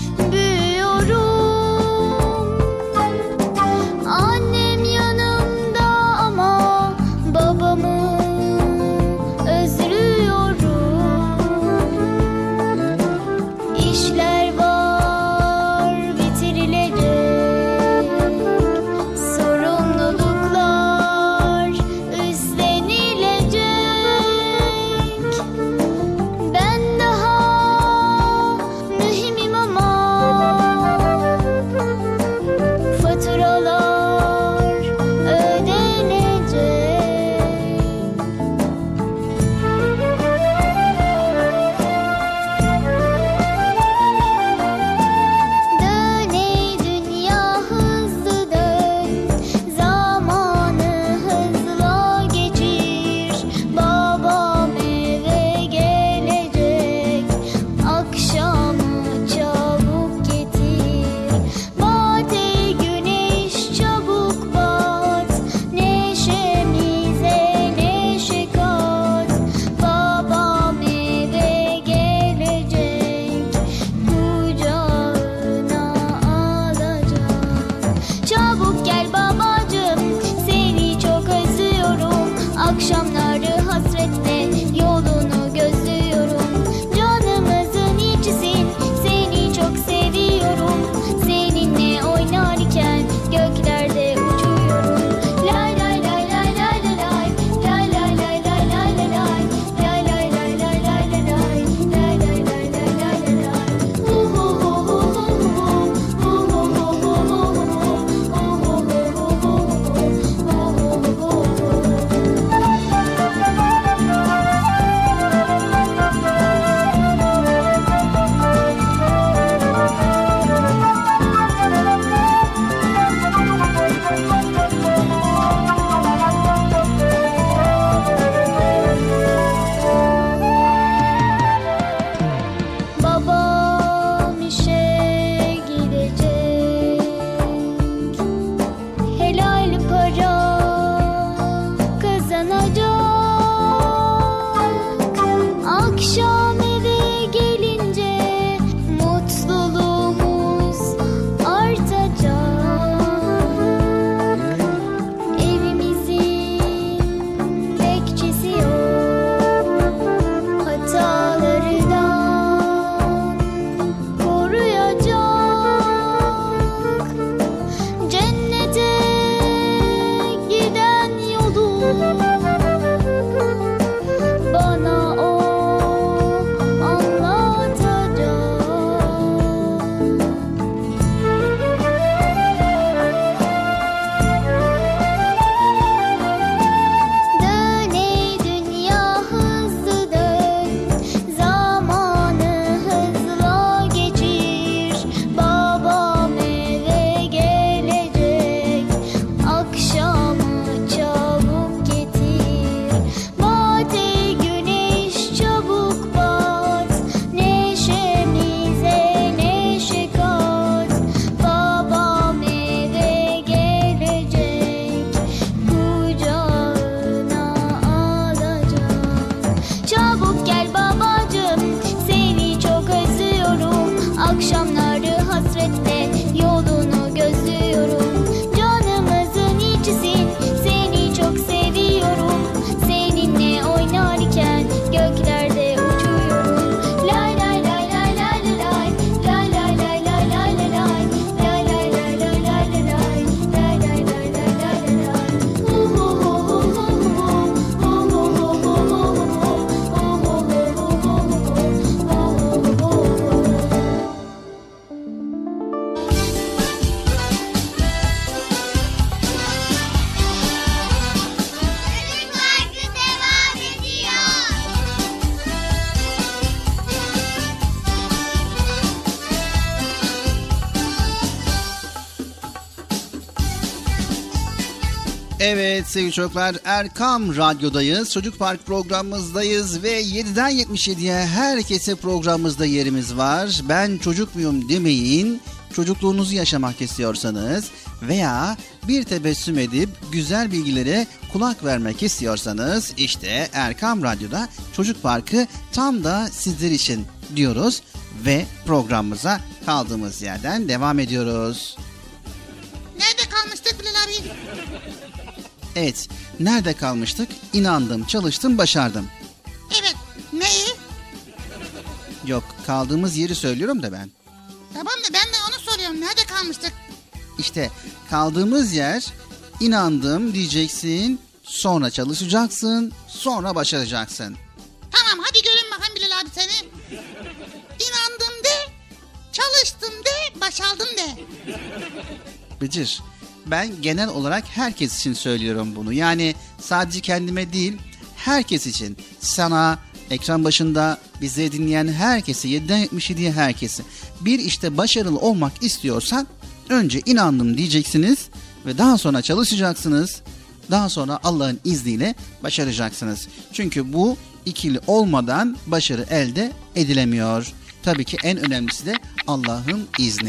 Evet sevgili çocuklar, Erkam Radyo'dayız. Çocuk Park programımızdayız ve yediden yetmiş yediye herkese programımızda yerimiz var. Ben çocuk muyum demeyin. Çocukluğunuzu yaşamak istiyorsanız veya bir tebessüm edip güzel bilgilere kulak vermek istiyorsanız işte Erkam Radyo'da Çocuk Parkı tam da sizler için diyoruz ve programımıza kaldığımız yerden devam ediyoruz. Nerede kalmıştık Bilal abi? Evet, nerede kalmıştık? İnandım, çalıştım, başardım. Evet, neyi? Yok, kaldığımız yeri söylüyorum da ben. Tamam da ben de onu soruyorum. Nerede kalmıştık? İşte kaldığımız yer, inandım diyeceksin, sonra çalışacaksın, sonra başaracaksın. Tamam, hadi görün bakayım Bilal abi seni. İnandım de, çalıştım de, başardım de. Bıcır, ben genel olarak herkes için söylüyorum bunu. Yani sadece kendime değil, herkes için. Sana, ekran başında bizi dinleyen herkese, yediden yetmiş yediye herkese. Bir işte başarılı olmak istiyorsan önce inandım diyeceksiniz ve daha sonra çalışacaksınız. Daha sonra Allah'ın izniyle başaracaksınız. Çünkü bu ikili olmadan başarı elde edilemiyor. Tabii ki en önemlisi de Allah'ın izni.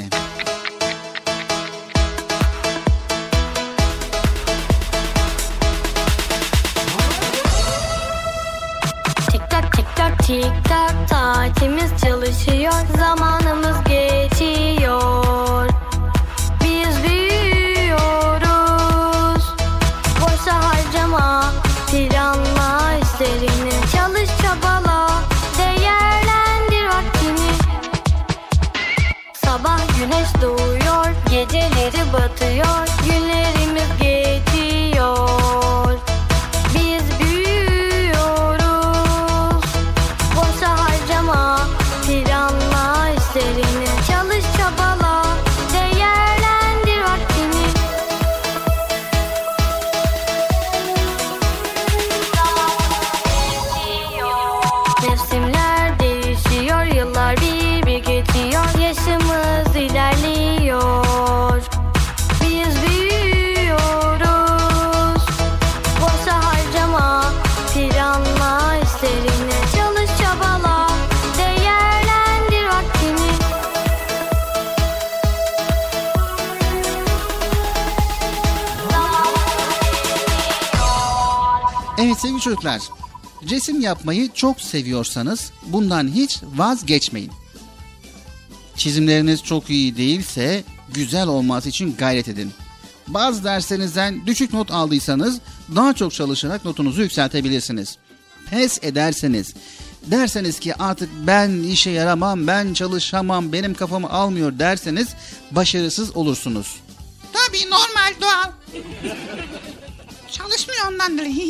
Tik tak saatimiz çalışıyor, zamanımız geçiyor. Biz büyüyoruz. Boşa harcama, planla işlerini. Çalış çabala, değerlendir vaktini. Sabah güneş doğuyor, geceleri batıyor. Günlerimiz geçiyor. Biz planla işlerini, çalış çabala, değerlendir vaktini. Mevsimler değişiyor, yıllar bir bir geçiyor. Yaşımız ilerliyor. Biz büyüyoruz. Boşa harcama, planla işlerini, çalış çabala. Evet sevgili çocuklar, resim yapmayı çok seviyorsanız bundan hiç vazgeçmeyin. Çizimleriniz çok iyi değilse güzel olması için gayret edin. Bazı derslerinizden düşük not aldıysanız daha çok çalışarak notunuzu yükseltebilirsiniz. Pes ederseniz, derseniz ki artık ben işe yaramam, ben çalışamam, benim kafamı almıyor derseniz başarısız olursunuz. Tabii, normal, doğal. Çalışmıyor ondan dolayı.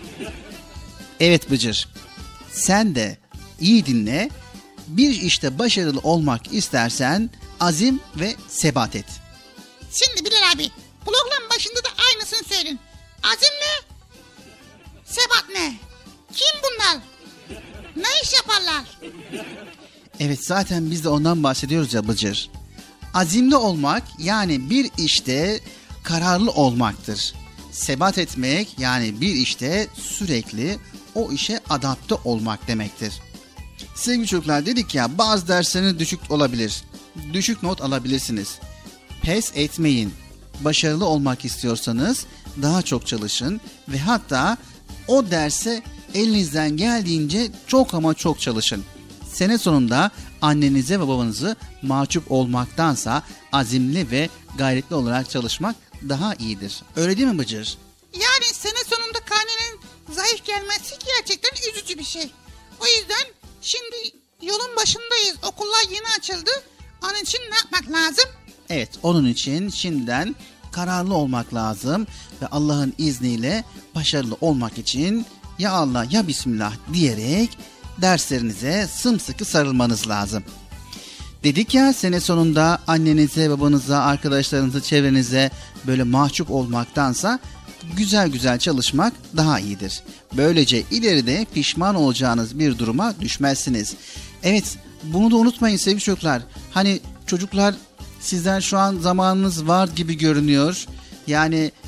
Evet Bıcır, sen de iyi dinle. Bir işte başarılı olmak istersen azim ve sebat et. Şimdi Bilal abi, program başında da aynısını söyledin. Azim ne? Sebat ne? Kim bunlar? Ne iş yaparlar? Evet, zaten biz de ondan bahsediyoruz ya Bıcır. Azimli olmak yani bir işte kararlı olmaktır. Sebat etmek yani bir işte sürekli o işe adapte olmak demektir. Sevgili çocuklar, dedik ya, bazı dersleriniz düşük olabilir. Düşük not alabilirsiniz. Pes etmeyin. Başarılı olmak istiyorsanız daha çok çalışın ve hatta o derse elinizden geldiğince çok ama çok çalışın. Sene sonunda annenize ve babanızı mahcup olmaktansa azimli ve gayretli olarak çalışmak daha iyidir. Öyle değil mi Bıcır? Yani sene sonunda karnenin zayıf gelmesi gerçekten üzücü bir şey. O yüzden şimdi yolun başındayız. Okullar yeni açıldı. Onun için ne yapmak lazım? Evet, onun için şimdiden kararlı olmak lazım ve Allah'ın izniyle başarılı olmak için ya Allah ya Bismillah diyerek derslerinize sımsıkı sarılmanız lazım. Dedik ya, sene sonunda annenize, babanıza, arkadaşlarınıza, çevrenize böyle mahcup olmaktansa güzel güzel çalışmak daha iyidir. Böylece ileride pişman olacağınız bir duruma düşmezsiniz. Evet, bunu da unutmayın sevgili çocuklar. Hani çocuklar, sizden şu an zamanınız var gibi görünüyor. Yani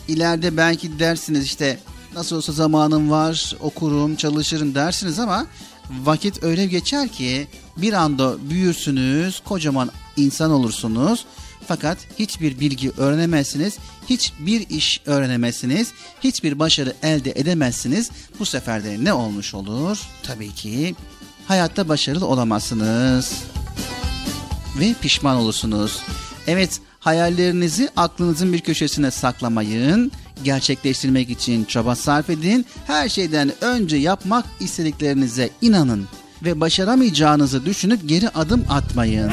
ileride belki dersiniz işte nasıl olsa zamanım var, okurum, çalışırım dersiniz ama vakit öyle geçer ki bir anda büyürsünüz, kocaman insan olursunuz. Fakat hiçbir bilgi öğrenemezsiniz, hiçbir iş öğrenemezsiniz, hiçbir başarı elde edemezsiniz. Bu sefer de ne olmuş olur? Tabii ki hayatta başarılı olamazsınız ve pişman olursunuz. Evet, hayallerinizi aklınızın bir köşesine saklamayın. Gerçekleştirmek için çaba sarf edin. Her şeyden önce yapmak istediklerinize inanın ve başaramayacağınızı düşünüp geri adım atmayın.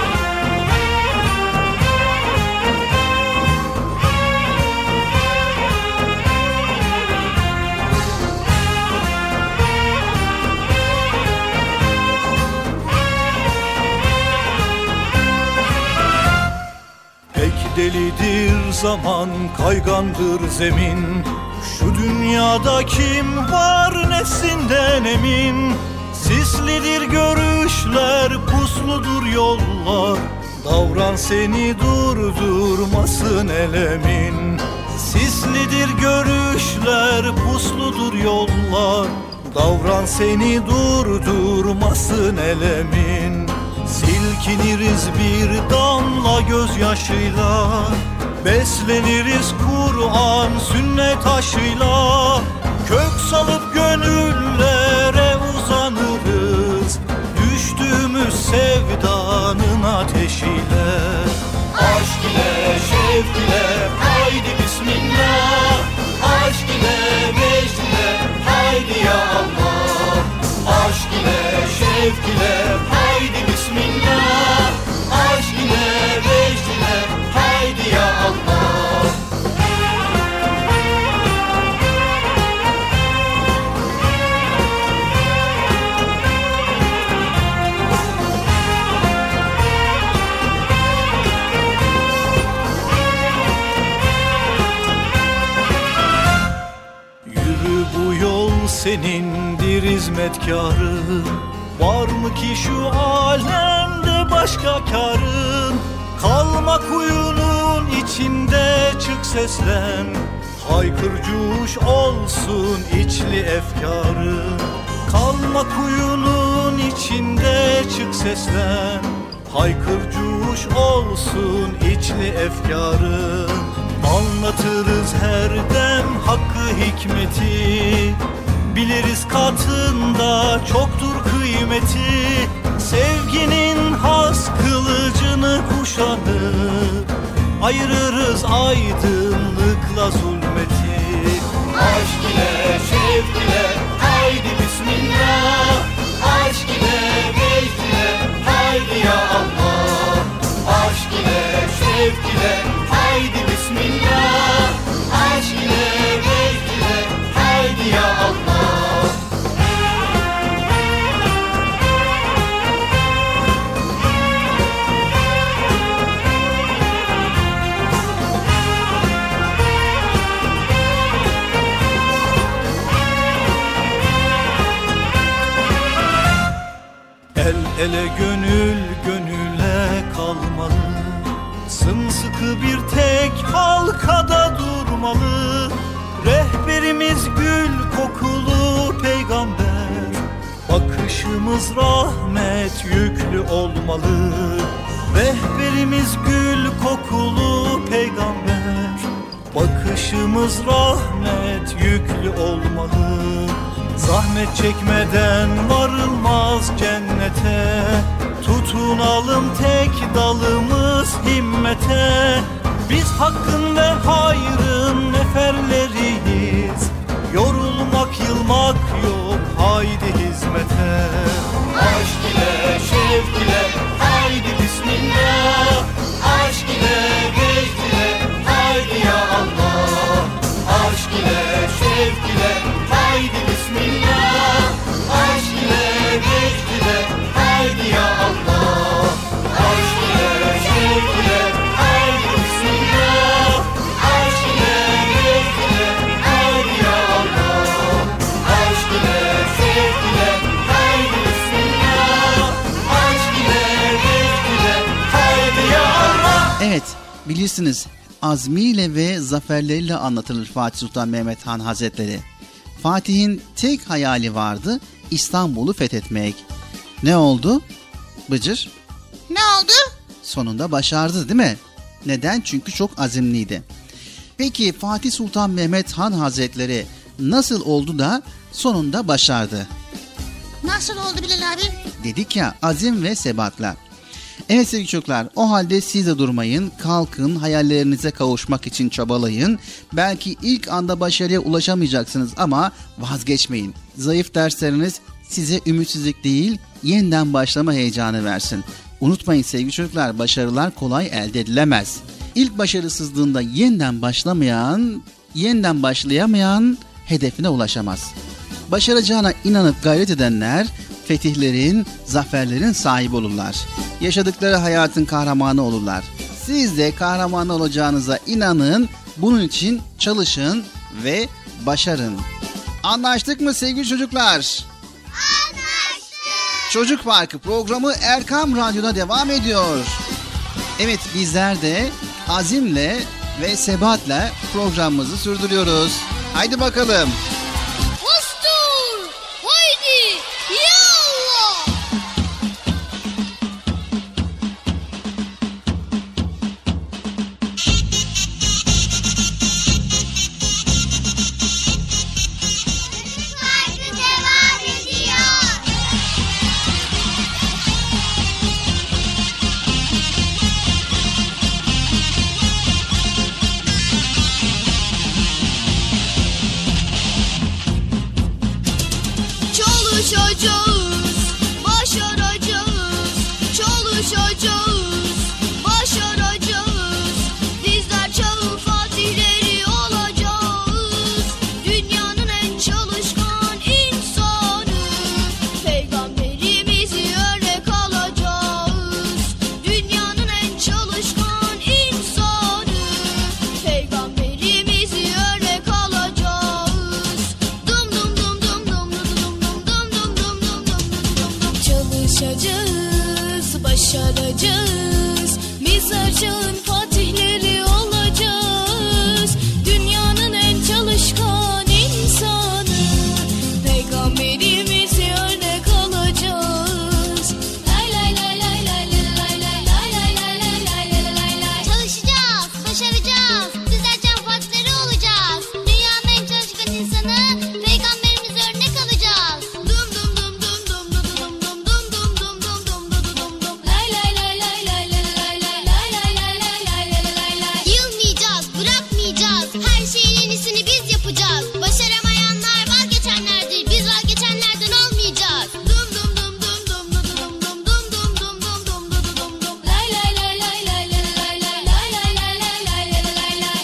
Delidir zaman, kaygandır zemin. Şu dünyada kim var nesinden emin? Sislidir görüşler, pusludur yollar. Davran seni durdurmasın elemin. Sislidir görüşler, pusludur yollar. Davran seni durdurmasın elemin. Silkiniriz bir damla gözyaşıyla, besleniriz Kur'an sünnet aşıyla. Kök salıp gönüllere uzanırız, düştüğümüz sevdanın ateşiyle. Aşk ile şevk ile haydi bismillah, aşk ile vecd ile haydi ya Allah. Aşk ile şevk ile haydi bismillah, aşk ile vecd ile haydi ya Allah. Yürü bu yol senindir hizmetkarı. Var mı ki şu alemde başka karın? Kalma kuyunun içinde, çık seslen. Haykır cuş olsun içli efkarın. Kalma kuyunun içinde, çık seslen. Haykır cuş olsun içli efkarın. Anlatırız her dem hakkı hikmeti. Biliriz katında çoktur kıymeti. Sevginin has kılıcını kuşanıp ayırırız aydınlıkla zulmeti. Aşk ile şevk ile haydi bismillah, aşk ile vecd ile haydi ya Allah. Aşk ile şevk ile haydi bismillah, aşk ile vecd ile haydi ya Allah. El ele gönül gönüle kalmalı. Sımsıkı bir tek halkada durmalı. Rehberimiz gül kokulu peygamber. Bakışımız rahmet yüklü olmalı. Rehberimiz gül kokulu peygamber. Bakışımız rahmet yüklü olmalı. Zahmet çekmeden varılmaz cennete. Tutunalım tek dalımız himmete. Biz hakkın ve hayrın neferleriyiz. Yorulmak yılmak yok haydi hizmete. Aşk ile şevk ile haydi bismillah, aşk ile vecd ile haydi ya Allah. Aşk ile şevk ile haydi bismillah, aşk ile vecd ile haydi ya Allah. Aşk ile şevk ile haydi bismillah, aşk ile vecd ile haydi ya Allah. Aşk ile şevk ile haydi bismillah, aşk ile vecd ile haydi ya Allah. Evet, bilirsiniz azmiyle ve zaferleriyle anlatılır Fatih Sultan Mehmet Han Hazretleri. Fatih'in tek hayali vardı, İstanbul'u fethetmek. Ne oldu? Bıcır? Ne oldu? Sonunda başardı değil mi? Neden? Çünkü çok azimliydi. Peki Fatih Sultan Mehmet Han Hazretleri nasıl oldu da sonunda başardı? Nasıl oldu Bilal abi? Dedik ya, azim ve sebatla. Evet sevgili çocuklar, o halde siz de durmayın, kalkın, hayallerinize kavuşmak için çabalayın. Belki ilk anda başarıya ulaşamayacaksınız ama vazgeçmeyin. Zayıf dersleriniz size ümitsizlik değil, yeniden başlama heyecanı versin. Unutmayın sevgili çocuklar, başarılar kolay elde edilemez. İlk başarısızlığında yeniden başlamayan, yeniden başlayamayan hedefine ulaşamaz. Başaracağına inanıp gayret edenler fetihlerin, zaferlerin sahibi olurlar. Yaşadıkları hayatın kahramanı olurlar. Siz de kahraman olacağınıza inanın, bunun için çalışın ve başarın. Anlaştık mı sevgili çocuklar? Anlaştık. Çocuk Parkı programı Erkam Radyo'da devam ediyor. Evet, bizler de azimle ve sebatle programımızı sürdürüyoruz. Haydi bakalım. Postur! Haydi! Yallah! Parkı devam ediyor. Çalışacağız, başaracağız. Çalışacağız, başaracağız. Bizler çağın fatihleri olacağız. Dünyanın en çalışkan insanı, Peygamberimizi örnek alacağız. Dünyanın en çalışkan insanı, Peygamberimizi örnek alacağız. Dum dum dum dum dum dum dum dum dum. Çalışacağız, başaracağız. Bizler çağın fatihleri olacağız. Dünyanın en çalışkan insanı, Peygamberimizi örnek alacağız. Lay lay lay lay lay lay lay lay lay lay lay lay lay lay lay. Çalışacağız, başaracağız. Bizler can fatihleri olacağız. Dünyanın en çalışkan insanı, Peygamberimize örnek alacağız. Dum dum dum dum dum dum dum dum dum dum dum dum dum dum dum dum. Lay lay lay lay lay lay lay lay lay lay lay lay lay lay lay lay. Yılmayacağız, bırakmayacağız. Her şeyin en iyisini biz yapacağız. Başaramayanlar vazgeçenlerdir. Biz vazgeçenlerden olmayacağız. Dum dum dum dum dum dum dum dum dum dum dum dum dum dum dum dum. Lay lay lay lay lay lay lay lay lay lay lay lay lay lay lay lay.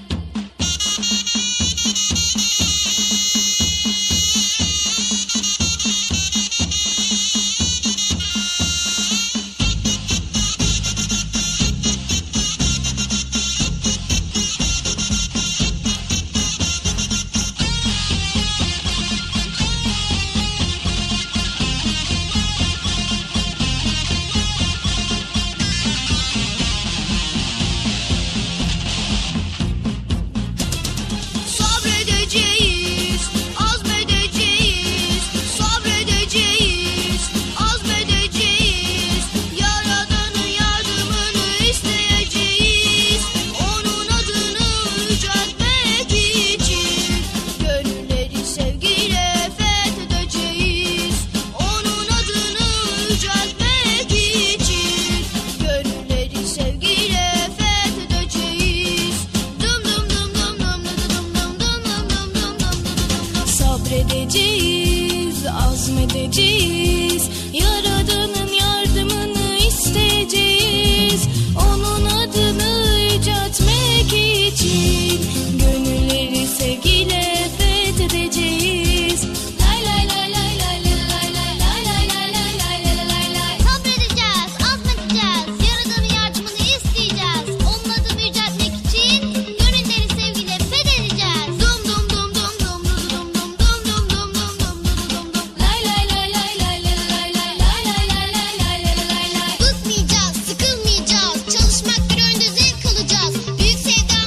Sabredeceğiz, azmedeceğiz. Sabredeceğiz, azmedeceğiz. Yaradanın yardımını isteyeceğiz. Onun adını yüceltmek için gönülleri sevgiyle fethedeceğiz. Onun adını yüceltmek için gönülleri sevgiyle fethedeceğiz. Dum dum dum dum dum dum dum dum dum dum dum dum. Sabredeceğiz, azmedeceğiz. Yaradanın yardımını isteyeceğiz. Onun adını yüceltmek için gönülleri sevgiyle fethedeceğiz. Lay lay lay lay lay lay lay lay lay lay lay lay lay lay lay. Sabredeceğiz, azmedeceğiz. Yaradanın yardımını isteyeceğiz. Onun adını yüceltmek için gönülleri sevgiyle fethedeceğiz. Dum dum dum dum dum dum dum dum dum dum dum dum dum dum dum dum. Lay lay lay lay lay lay lay lay lay lay lay lay lay lay lay lay. Bıkmayacağız, sıkılmayacağız. Çalışmak bir önde zevk alacağız. Büyük sevda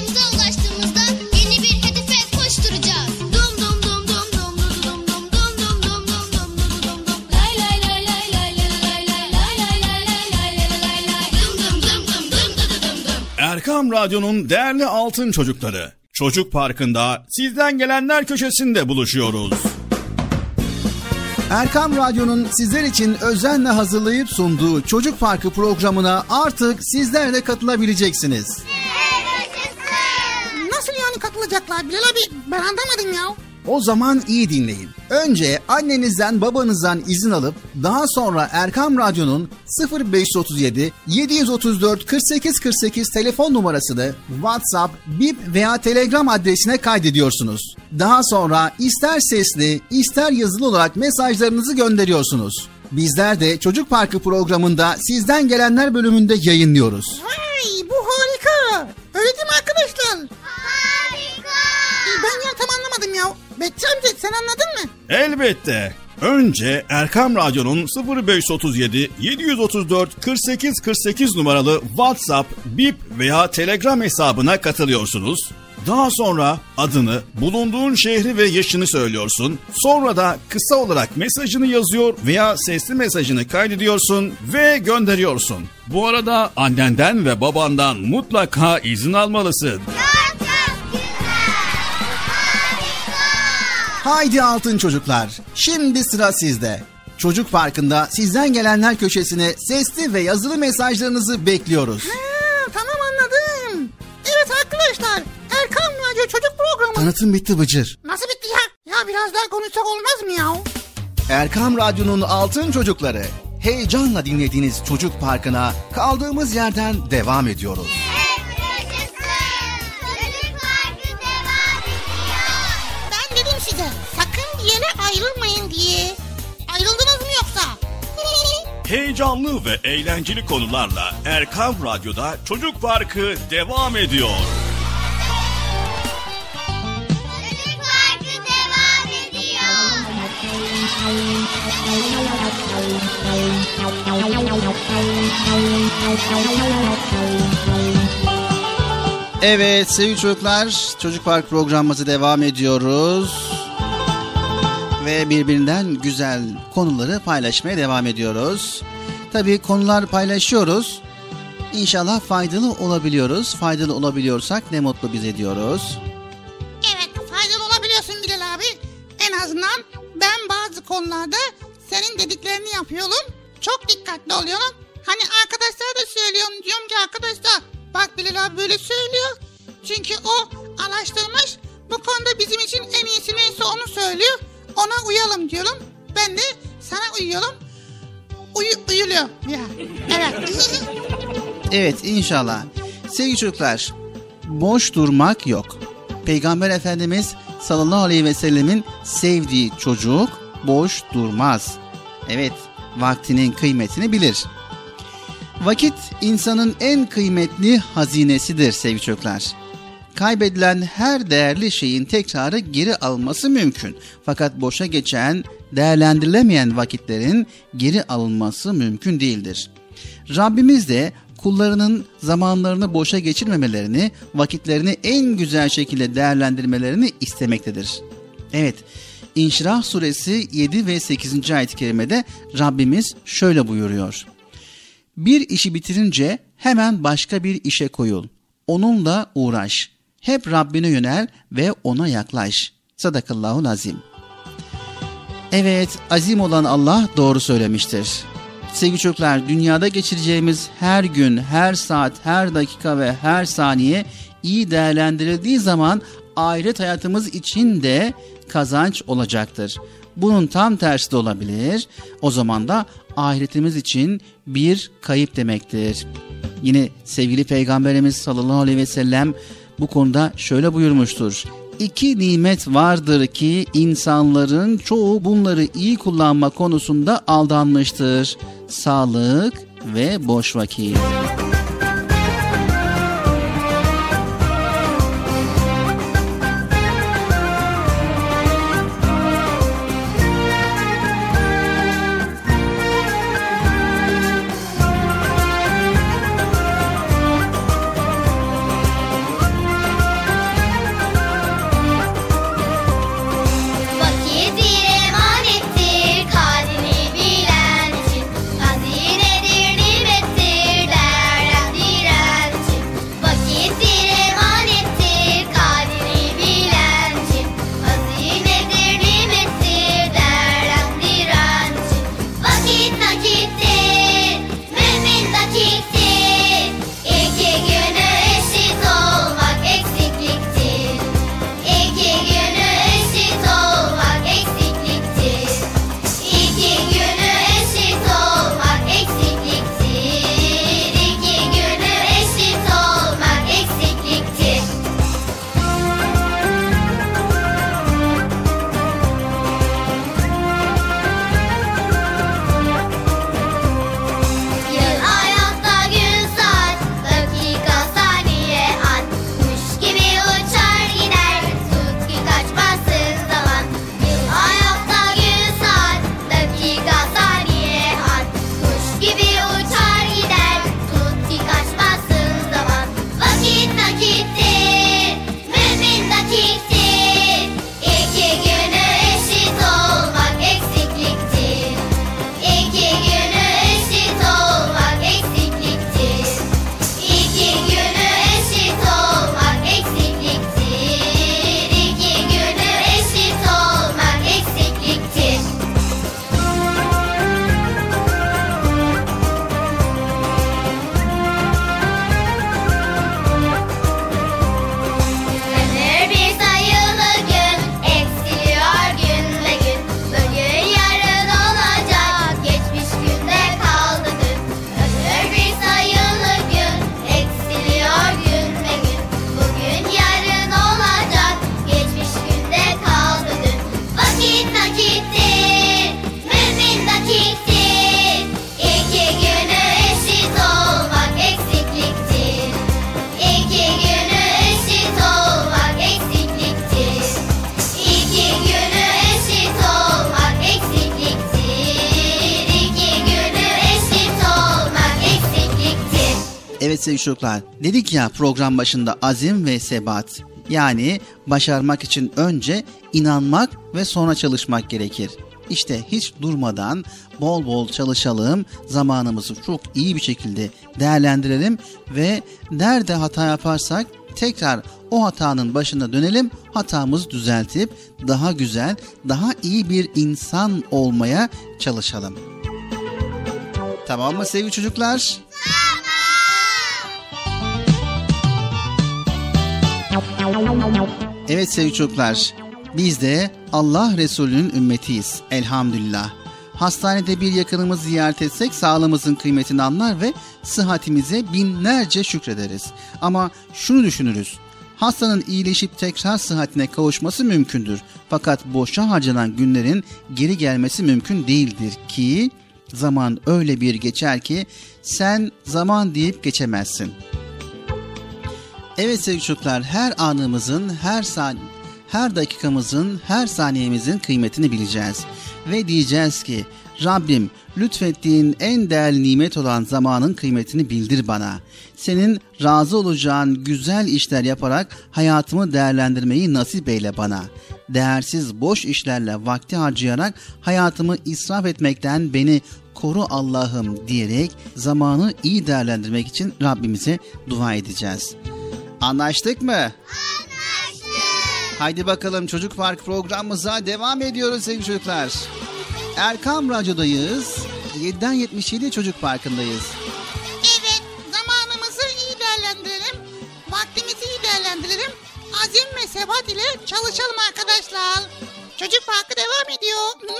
Erkam Radyo'nun değerli altın çocukları, Çocuk Parkı'nda sizden gelenler köşesinde buluşuyoruz. Erkam Radyo'nun sizler için özenle hazırlayıp sunduğu Çocuk Parkı programına artık sizler de katılabileceksiniz. Nasıl yani katılacaklar Bilal abi? Ben anlamadım ya. O zaman iyi dinleyin. Önce annenizden babanızdan izin alıp daha sonra Erkam Radyo'nun sıfır beş otuz yedi yedi otuz dört kırk sekiz kırk sekiz telefon numarasını WhatsApp, Bip veya Telegram adresine kaydediyorsunuz. Daha sonra ister sesli ister yazılı olarak mesajlarınızı gönderiyorsunuz. Bizler de Çocuk Parkı programında sizden gelenler bölümünde yayınlıyoruz. Vay, bu harika. Öyle değil mi arkadaşlar? Harika. Ben ya tam anlamadım ya. Betçi amca sen anladın mı? Elbette. Önce Erkam Radyo'nun sıfır beş otuz yedi yedi otuz dört kırk sekiz kırk sekiz numaralı WhatsApp, Bip veya Telegram hesabına katılıyorsunuz. Daha sonra adını, bulunduğun şehri ve yaşını söylüyorsun. Sonra da kısa olarak mesajını yazıyor veya sesli mesajını kaydediyorsun ve gönderiyorsun. Bu arada annenden ve babandan mutlaka izin almalısın. Haydi altın çocuklar, şimdi sıra sizde. Çocuk Parkı'nda sizden gelenler köşesine sesli ve yazılı mesajlarınızı bekliyoruz. Ha, tamam anladım. Evet arkadaşlar, Erkam Radyo Çocuk Programı. Tanıtım bitti Bıcır. Nasıl bitti ya? Ya biraz daha konuşsak olmaz mı ya? Erkam Radyo'nun altın çocukları, heyecanla dinlediğiniz Çocuk Parkı'na kaldığımız yerden devam ediyoruz. Ben dedim size, sakın bir yere ayrılmayın diye. Ayrıldınız mı yoksa? Heyecanlı ve eğlenceli konularla Erkam Radyo'da Çocuk Parkı devam ediyor. Çocuk Parkı devam ediyor. Evet sevgili çocuklar, Çocuk Park programımızı devam ediyoruz. Ve birbirinden güzel konuları paylaşmaya devam ediyoruz. Tabii konular paylaşıyoruz. İnşallah faydalı olabiliyoruz. Faydalı olabiliyorsak ne mutlu bize diyoruz. Evet, faydalı olabiliyorsun Bilal abi. En azından ben bazı konularda senin dediklerini yapıyorum. Çok dikkatli oluyorum. Hani arkadaşlara da söylüyorum. Diyorum ki arkadaşlar bak Bilal abi böyle söylüyor. Çünkü o araştırmış. Bu konuda bizim için en iyisi neyse onu söylüyor. Ona uyalım diyorum. Ben de sana uyuyorum. Uyu, uyuluyor. Ya. Evet. Evet inşallah. Sevgili çocuklar, boş durmak yok. Peygamber Efendimiz sallallahu aleyhi ve sellemin sevdiği çocuk boş durmaz. Evet, vaktinin kıymetini bilir. Vakit insanın en kıymetli hazinesidir sevgili çocuklar. Kaybedilen her değerli şeyin tekrarı geri alınması mümkün. Fakat boşa geçen, değerlendirilemeyen vakitlerin geri alınması mümkün değildir. Rabbimiz de kullarının zamanlarını boşa geçirmemelerini, vakitlerini en güzel şekilde değerlendirmelerini istemektedir. Evet, İnşirah suresi yedi ve sekizinci ayet-i kerimede Rabbimiz şöyle buyuruyor. Bir işi bitirince hemen başka bir işe koyul. Onunla uğraş. Hep Rabbine yönel ve ona yaklaş. Sadakallahul azim. Evet, azim olan Allah doğru söylemiştir. Sevgili çocuklar, dünyada geçireceğimiz her gün, her saat, her dakika ve her saniye iyi değerlendirildiği zaman ahiret hayatımız için de kazanç olacaktır. Bunun tam tersi de olabilir. O zaman da ahiretimiz için bir kayıp demektir. Yine sevgili Peygamberimiz sallallahu aleyhi ve sellem bu konuda şöyle buyurmuştur. İki nimet vardır ki insanların çoğu bunları iyi kullanma konusunda aldanmıştır. Sağlık ve boş vakit. Vakit bir emanettir, kadrini bilen için hazinedir, nimettir, değerlidir. Evet sevgili çocuklar, dedik ya program başında azim ve sebat. Yani başarmak için önce inanmak ve sonra çalışmak gerekir. İşte hiç durmadan bol bol çalışalım, zamanımızı çok iyi bir şekilde değerlendirelim ve nerede hata yaparsak tekrar o hatanın başına dönelim, hatamızı düzeltip daha güzel, daha iyi bir insan olmaya çalışalım. Tamam mı sevgili çocuklar? Evet sevgili çocuklar, biz de Allah Resulü'nün ümmetiyiz elhamdülillah. Hastanede bir yakınımızı ziyaret etsek sağlığımızın kıymetini anlar ve sıhhatimize binlerce şükrederiz. Ama şunu düşünürüz, hastanın iyileşip tekrar sıhhatine kavuşması mümkündür. Fakat boşa harcanan günlerin geri gelmesi mümkün değildir ki zaman öyle bir geçer ki sen zaman deyip geçemezsin. Evet sevgili çocuklar, her anımızın, her saniye, her dakikamızın, her saniyemizin kıymetini bileceğiz. Ve diyeceğiz ki Rabbim lütfettiğin en değerli nimet olan zamanın kıymetini bildir bana. Senin razı olacağın güzel işler yaparak hayatımı değerlendirmeyi nasip eyle bana. Değersiz boş işlerle vakti harcayarak hayatımı israf etmekten beni koru Allah'ım diyerek zamanı iyi değerlendirmek için Rabbimize dua edeceğiz. Anlaştık mı? Anlaştık. Haydi bakalım Çocuk Park programımıza devam ediyoruz sevgili çocuklar. Erkam Radyo'dayız. yediden yetmiş yedi Çocuk Parkı'ndayız. Evet, zamanımızı iyi değerlendirelim. Vaktimizi iyi değerlendirelim. Azim ve sebat ile çalışalım arkadaşlar. Çocuk Parkı devam ediyor.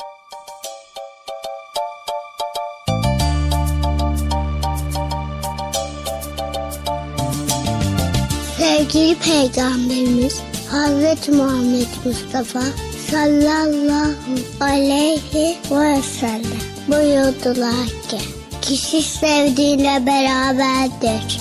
Sevgili Peygamberimiz Hazreti Muhammed Mustafa sallallahu aleyhi ve sellem buyurdular ki kişi sevdiğiyle beraberdir.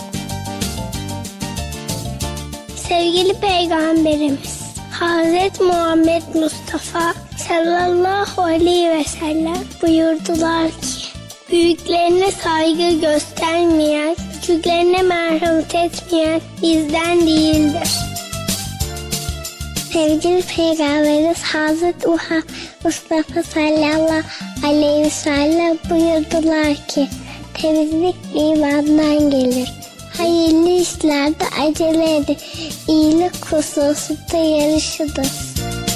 Sevgili Peygamberimiz Hazreti Muhammed Mustafa sallallahu aleyhi ve sellem buyurdular ki büyüklerine saygı göstermeyen, küçüklerine merhamet etmeyen bizden değildir. Sevgili Peygamberimiz Hazreti Mustafa sallallahu aleyhi ve sellem buyurdular ki temizlik imandan gelir. Hayırlı işlerde acele edin. İyilik hususunda yarışınız.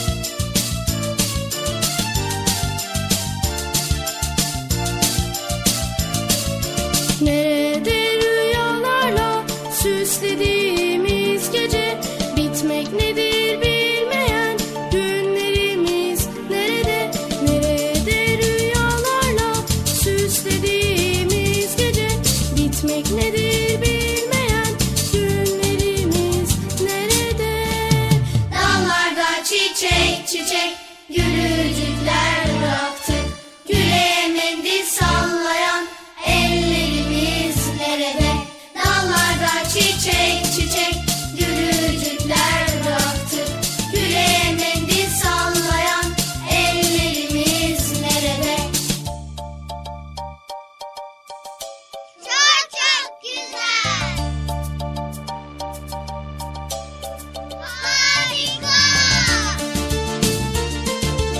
Nerede rüyalarla süslediğimiz gece, bitmek nedir bilmeyen günlerimiz nerede? Nerede rüyalarla süslediğimiz gece, bitmek nedir bilmeyen günlerimiz nerede? Dallarda çiçek çiçek gülücükler bıraktık, güle mendil sallayan ellerimiz nerede? Dallarda çiçek çiçek gülücükler bıraktık, güle mendil sallayan ellerimiz nerede? Çok çok güzel. Harika.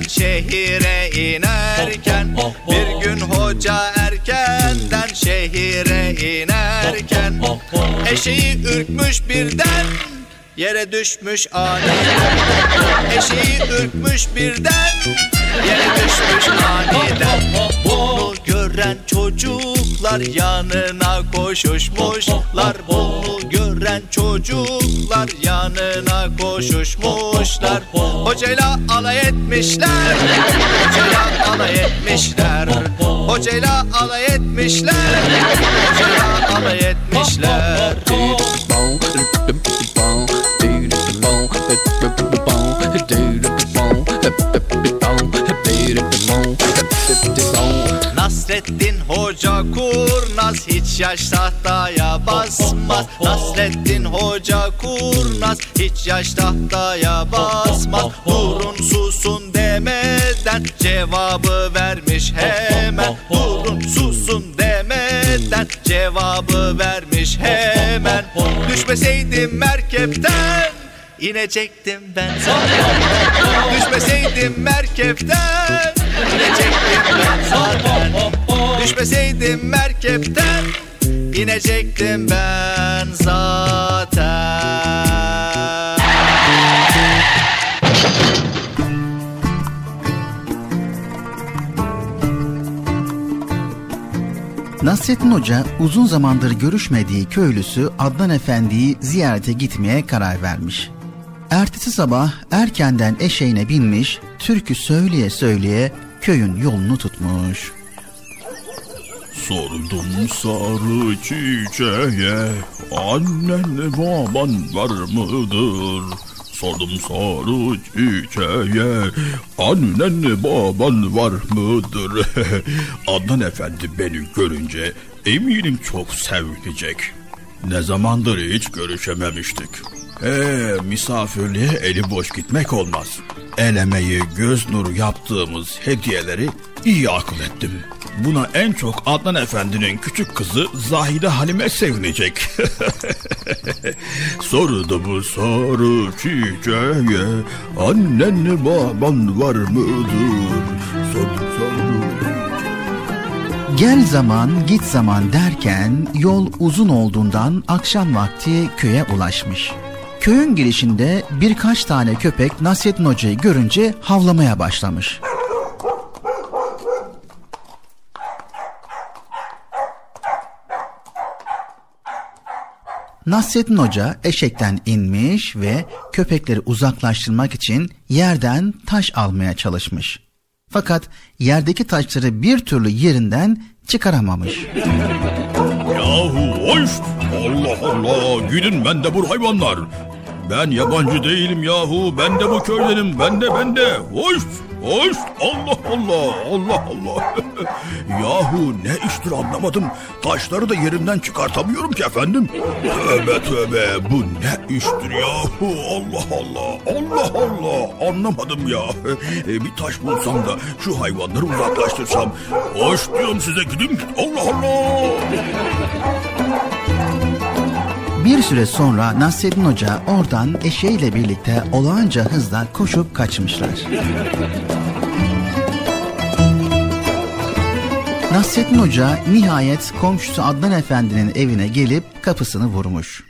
şehire inerken, bir gün hoca erkenden şehire inerken, eşeği ürkmüş birden, yere düşmüş aniden. Eşeği ürkmüş birden, yere düşmüş aniden. Bunu gören çocuklar yanına koşuşmuşlar. Bunu gören çocuklar yanına koşuşmuşlar. Hocayla alay etmişler, hocayla alay etmişler, hocayla alay etmişler, hocayla alay etmişler. Nasreddin Hoca kurnaz, hiç yaş tahtaya basmaz. Nasreddin Hoca kurnaz, hiç yaş tahtaya basmaz. Durun susun demeden cevabı vermiş hemen. Durun susun demeden cevabı vermiş hemen. Düşmeseydim merkepten, İnecektim ben zaten. Düşmeseydim merkepten, İnecektim ben zaten. Düşmeseydim merkepten, İnecektim ben zaten. Nasrettin Hoca uzun zamandır görüşmediği köylüsü Adnan Efendi'yi ziyarete gitmeye karar vermiş. Ertesi sabah erkenden eşeğine binmiş, türkü söyleye söyleye köyün yolunu tutmuş. Sordum sarı çiçeğe, annen baban var mıdır? Sordum sarı çiçeğe, annen baban var mıdır? Adnan Efendi beni görünce eminim çok sevinecek. Ne zamandır hiç görüşememiştik. Ee, misafirliğe eli boş gitmek olmaz. El emeği, göz nuru yaptığımız hediyeleri iyi akıl ettim. Buna en çok Adnan Efendi'nin küçük kızı Zahide Halime sevinecek. Sordu bu sarı çiçeğe, annen baban var mıdır? Sordu sarı. Gel zaman git zaman derken yol uzun olduğundan akşam vakti köye ulaşmış. Köyün girişinde birkaç tane köpek Nasrettin Hoca'yı görünce havlamaya başlamış. Nasrettin Hoca eşekten inmiş ve köpekleri uzaklaştırmak için yerden taş almaya çalışmış. Fakat yerdeki taşları bir türlü yerinden çıkaramamış. Yahu hoş! Allah Allah! Gidin ben de bu hayvanlar! Ben yabancı değilim yahu! Ben de bu köydenim! Ben de ben de! Hoş! Hoş! Allah Allah! Allah Allah! Yahu ne iştir anlamadım. Taşları da yerinden çıkartamıyorum ki efendim. Tövbe tövbe! Bu ne iştir yahu? Allah Allah! Allah Allah! Anlamadım ya. E, bir taş bulsam da şu hayvanları uzaklaştırsam. Hoş diyorum size, gidin! Allah Allah! Bir süre sonra Nasrettin Hoca oradan eşeğiyle birlikte olağanca hızla koşup kaçmışlar. Nasrettin Hoca nihayet komşusu Adnan Efendi'nin evine gelip kapısını vurmuş.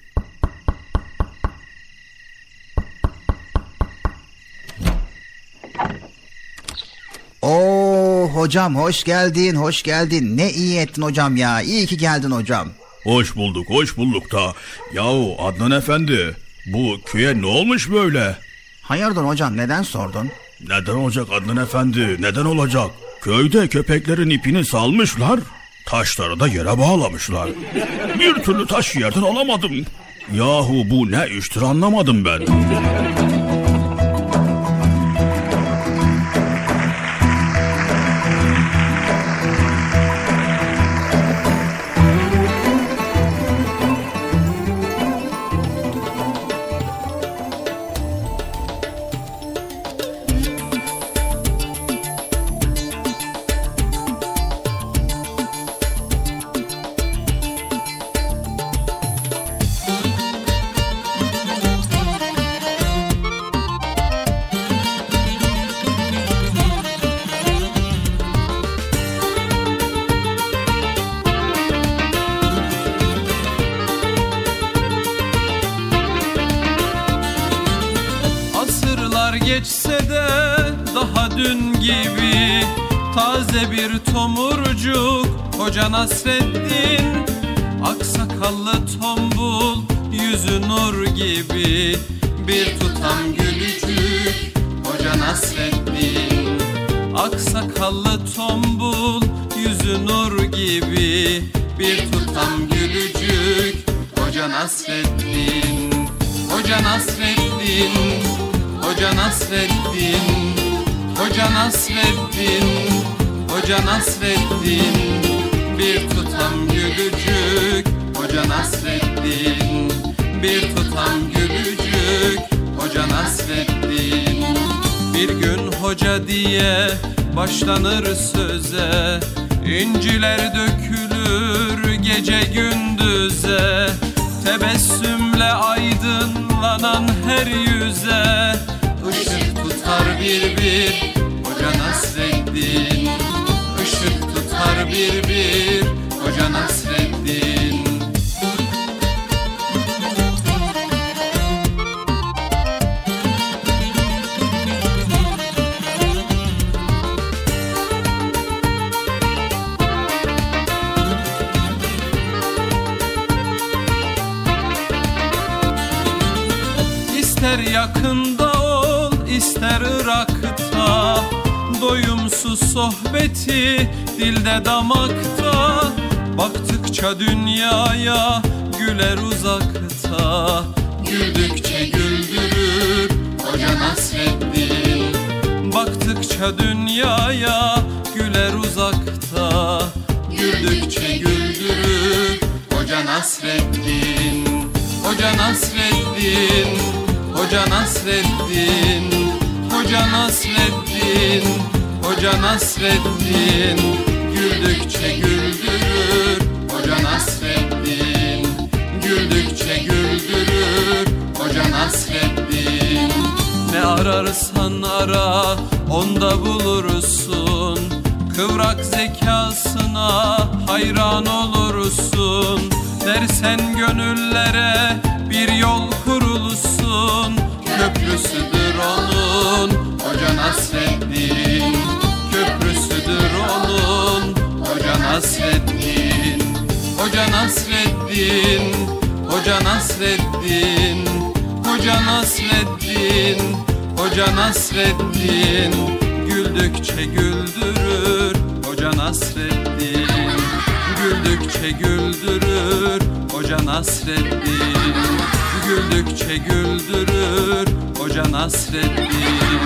Oo hocam, hoş geldin, hoş geldin. Ne iyi ettin hocam ya. İyi ki geldin hocam. Hoş bulduk, hoş bulduk da. Yahu Adnan Efendi, bu köye ne olmuş böyle? Hayırdır hocam, neden sordun? Neden olacak Adnan Efendi, neden olacak? Köyde köpeklerin ipini salmışlar, taşları da yere bağlamışlar. Bir türlü taş yerden alamadım. Yahu bu ne iştir anlamadım ben. dün gibi. Taze bir tomurcuk Hoca Nasreddin, aksakallı tombul yüzü nur gibi. Bir tutam gülücük Hoca Nasreddin, aksakallı tombul yüzü nur gibi. Bir tutam gülücük Hoca Nasreddin. Hoca Nasreddin, Hoca Nasreddin, Hoca Nasreddin, Hoca Nasreddin. Bir tutam gülücük Hoca Nasreddin, bir tutam gülücük Hoca Nasreddin. Bir gün hoca diye başlanır söze, İnciler dökülür gece gündüze. Tebessümle aydınlanan her yüze ışık tutar bir bir Hoca Nasreddin. Işık tutar bir bir Hoca Nasreddin. İster yakında ol, ister Irak'ta, doyumsuz sohbeti dilde damakta. Baktıkça dünyaya güler uzakta, güldükçe güldürür Hoca Nasreddin. Baktıkça dünyaya güler uzakta, güldükçe güldürür Hoca Nasreddin. Hoca Nasreddin, Hoca Nasreddin, Hoca Nasreddin, Hoca Nasreddin. Güldükçe güldürür Hoca Nasreddin, güldükçe güldürür Hoca Nasreddin. Ne ararsan ara onda bulursun, kıvrak zekasına hayran olursun. Dersen gönüllere bir yol kurulsun, köprüsüdür onun Hoca Nasreddin. Köprüsüdür onun Hoca Nasreddin. Hoca Nasreddin, Hoca Nasreddin, Hoca Nasreddin, Hoca Nasreddin. Güldükçe güldürür Hoca Nasreddin, güldükçe güldürür Hoca Nasreddin. Güldükçe güldürür Hoca Nasreddin.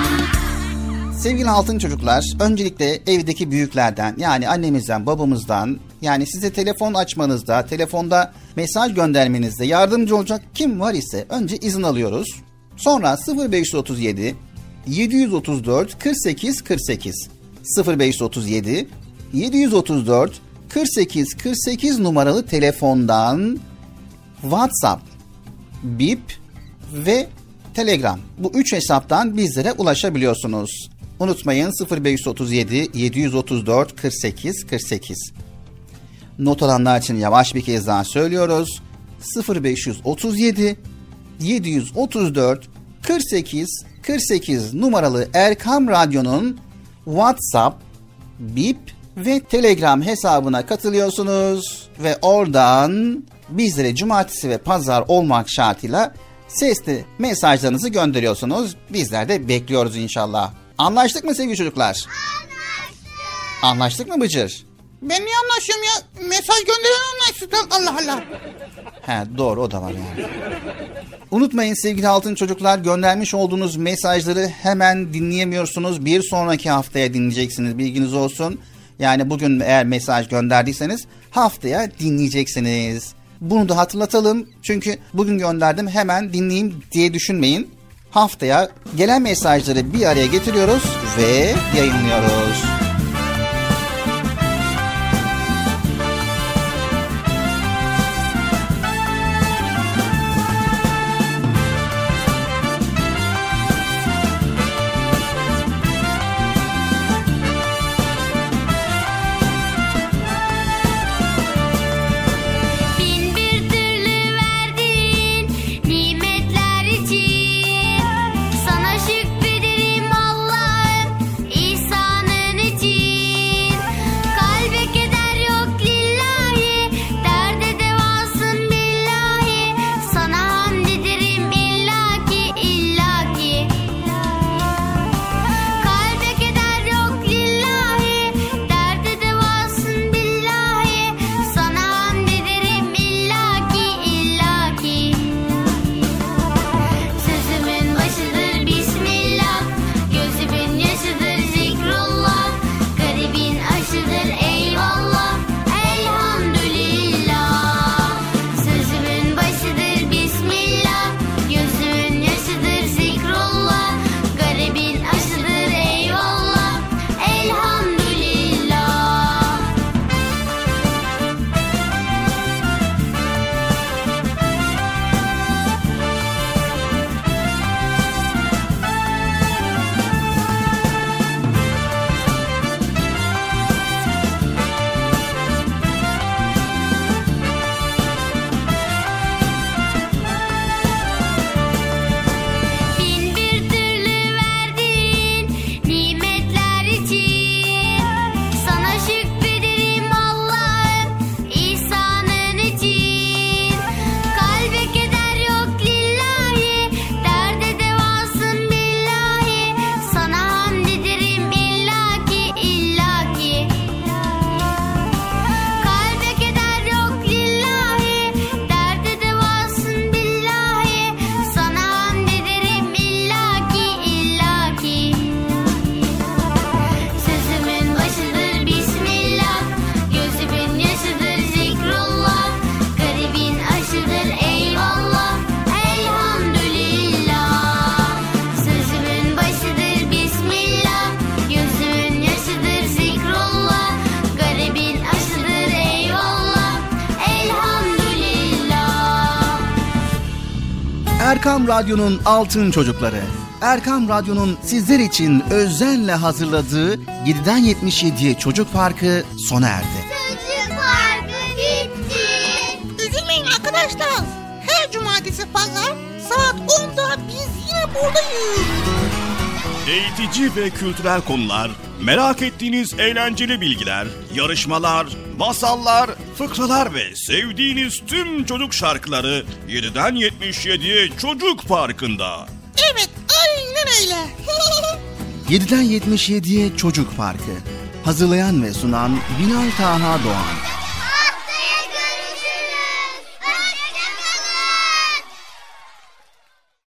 Sevgili altın çocuklar, öncelikle evdeki büyüklerden, yani annemizden, babamızdan, yani size telefon açmanızda, telefonda mesaj göndermenizde yardımcı olacak kim var ise önce izin alıyoruz. Sonra sıfır beş otuz yedi yedi otuz dört kırk sekiz kırk sekiz sıfır beş otuz yedi yedi otuz dört kırk sekiz kırk sekiz numaralı telefondan WhatsApp, Bip ve Telegram, bu üç hesaptan bizlere ulaşabiliyorsunuz. Unutmayın, sıfır beş otuz yedi yedi otuz dört kırk sekiz kırk sekiz. Not alanlar için yavaş bir kez daha söylüyoruz. sıfır beş otuz yedi yedi otuz dört kırk sekiz kırk sekiz numaralı Erkam Radyo'nun WhatsApp, Bip ve Telegram hesabına katılıyorsunuz ve oradan bizlere cumartesi ve pazar olmak şartıyla sesli mesajlarınızı gönderiyorsunuz. Bizler de bekliyoruz inşallah. Anlaştık mı sevgili çocuklar? Anlaştık. Anlaştık mı Bıcır? Ben niye anlaşıyorum ya? Mesaj gönderen anlaştık. Allah Allah. He, doğru, o da var yani. Unutmayın sevgili altın çocuklar, göndermiş olduğunuz mesajları hemen dinleyemiyorsunuz. Bir sonraki haftaya dinleyeceksiniz, bilginiz olsun. Yani bugün eğer mesaj gönderdiyseniz haftaya dinleyeceksiniz. Bunu da hatırlatalım. Çünkü bugün gönderdim, hemen dinleyeyim diye düşünmeyin. Haftaya gelen mesajları bir araya getiriyoruz ve yayınlıyoruz. Sana şükrederim Allah'ım. Erkam Radyo'nun Altın Çocukları. Erkam Radyo'nun sizler için özenle hazırladığı yediden yetmiş yediye Çocuk Parkı sona erdi. Çocuk Parkı bitti. Üzülmeyin arkadaşlar. Her cumartesi pazar saat onda biz yine buradayız. Eğitici ve kültürel konular, merak ettiğiniz eğlenceli bilgiler, yarışmalar, masallar, fıkralar ve sevdiğiniz tüm çocuk şarkıları yediden yetmiş yediye Çocuk Parkı'nda. Evet, aynen öyle. yediden yetmiş yediye Çocuk Parkı. Hazırlayan ve sunan Binal Taha Doğan.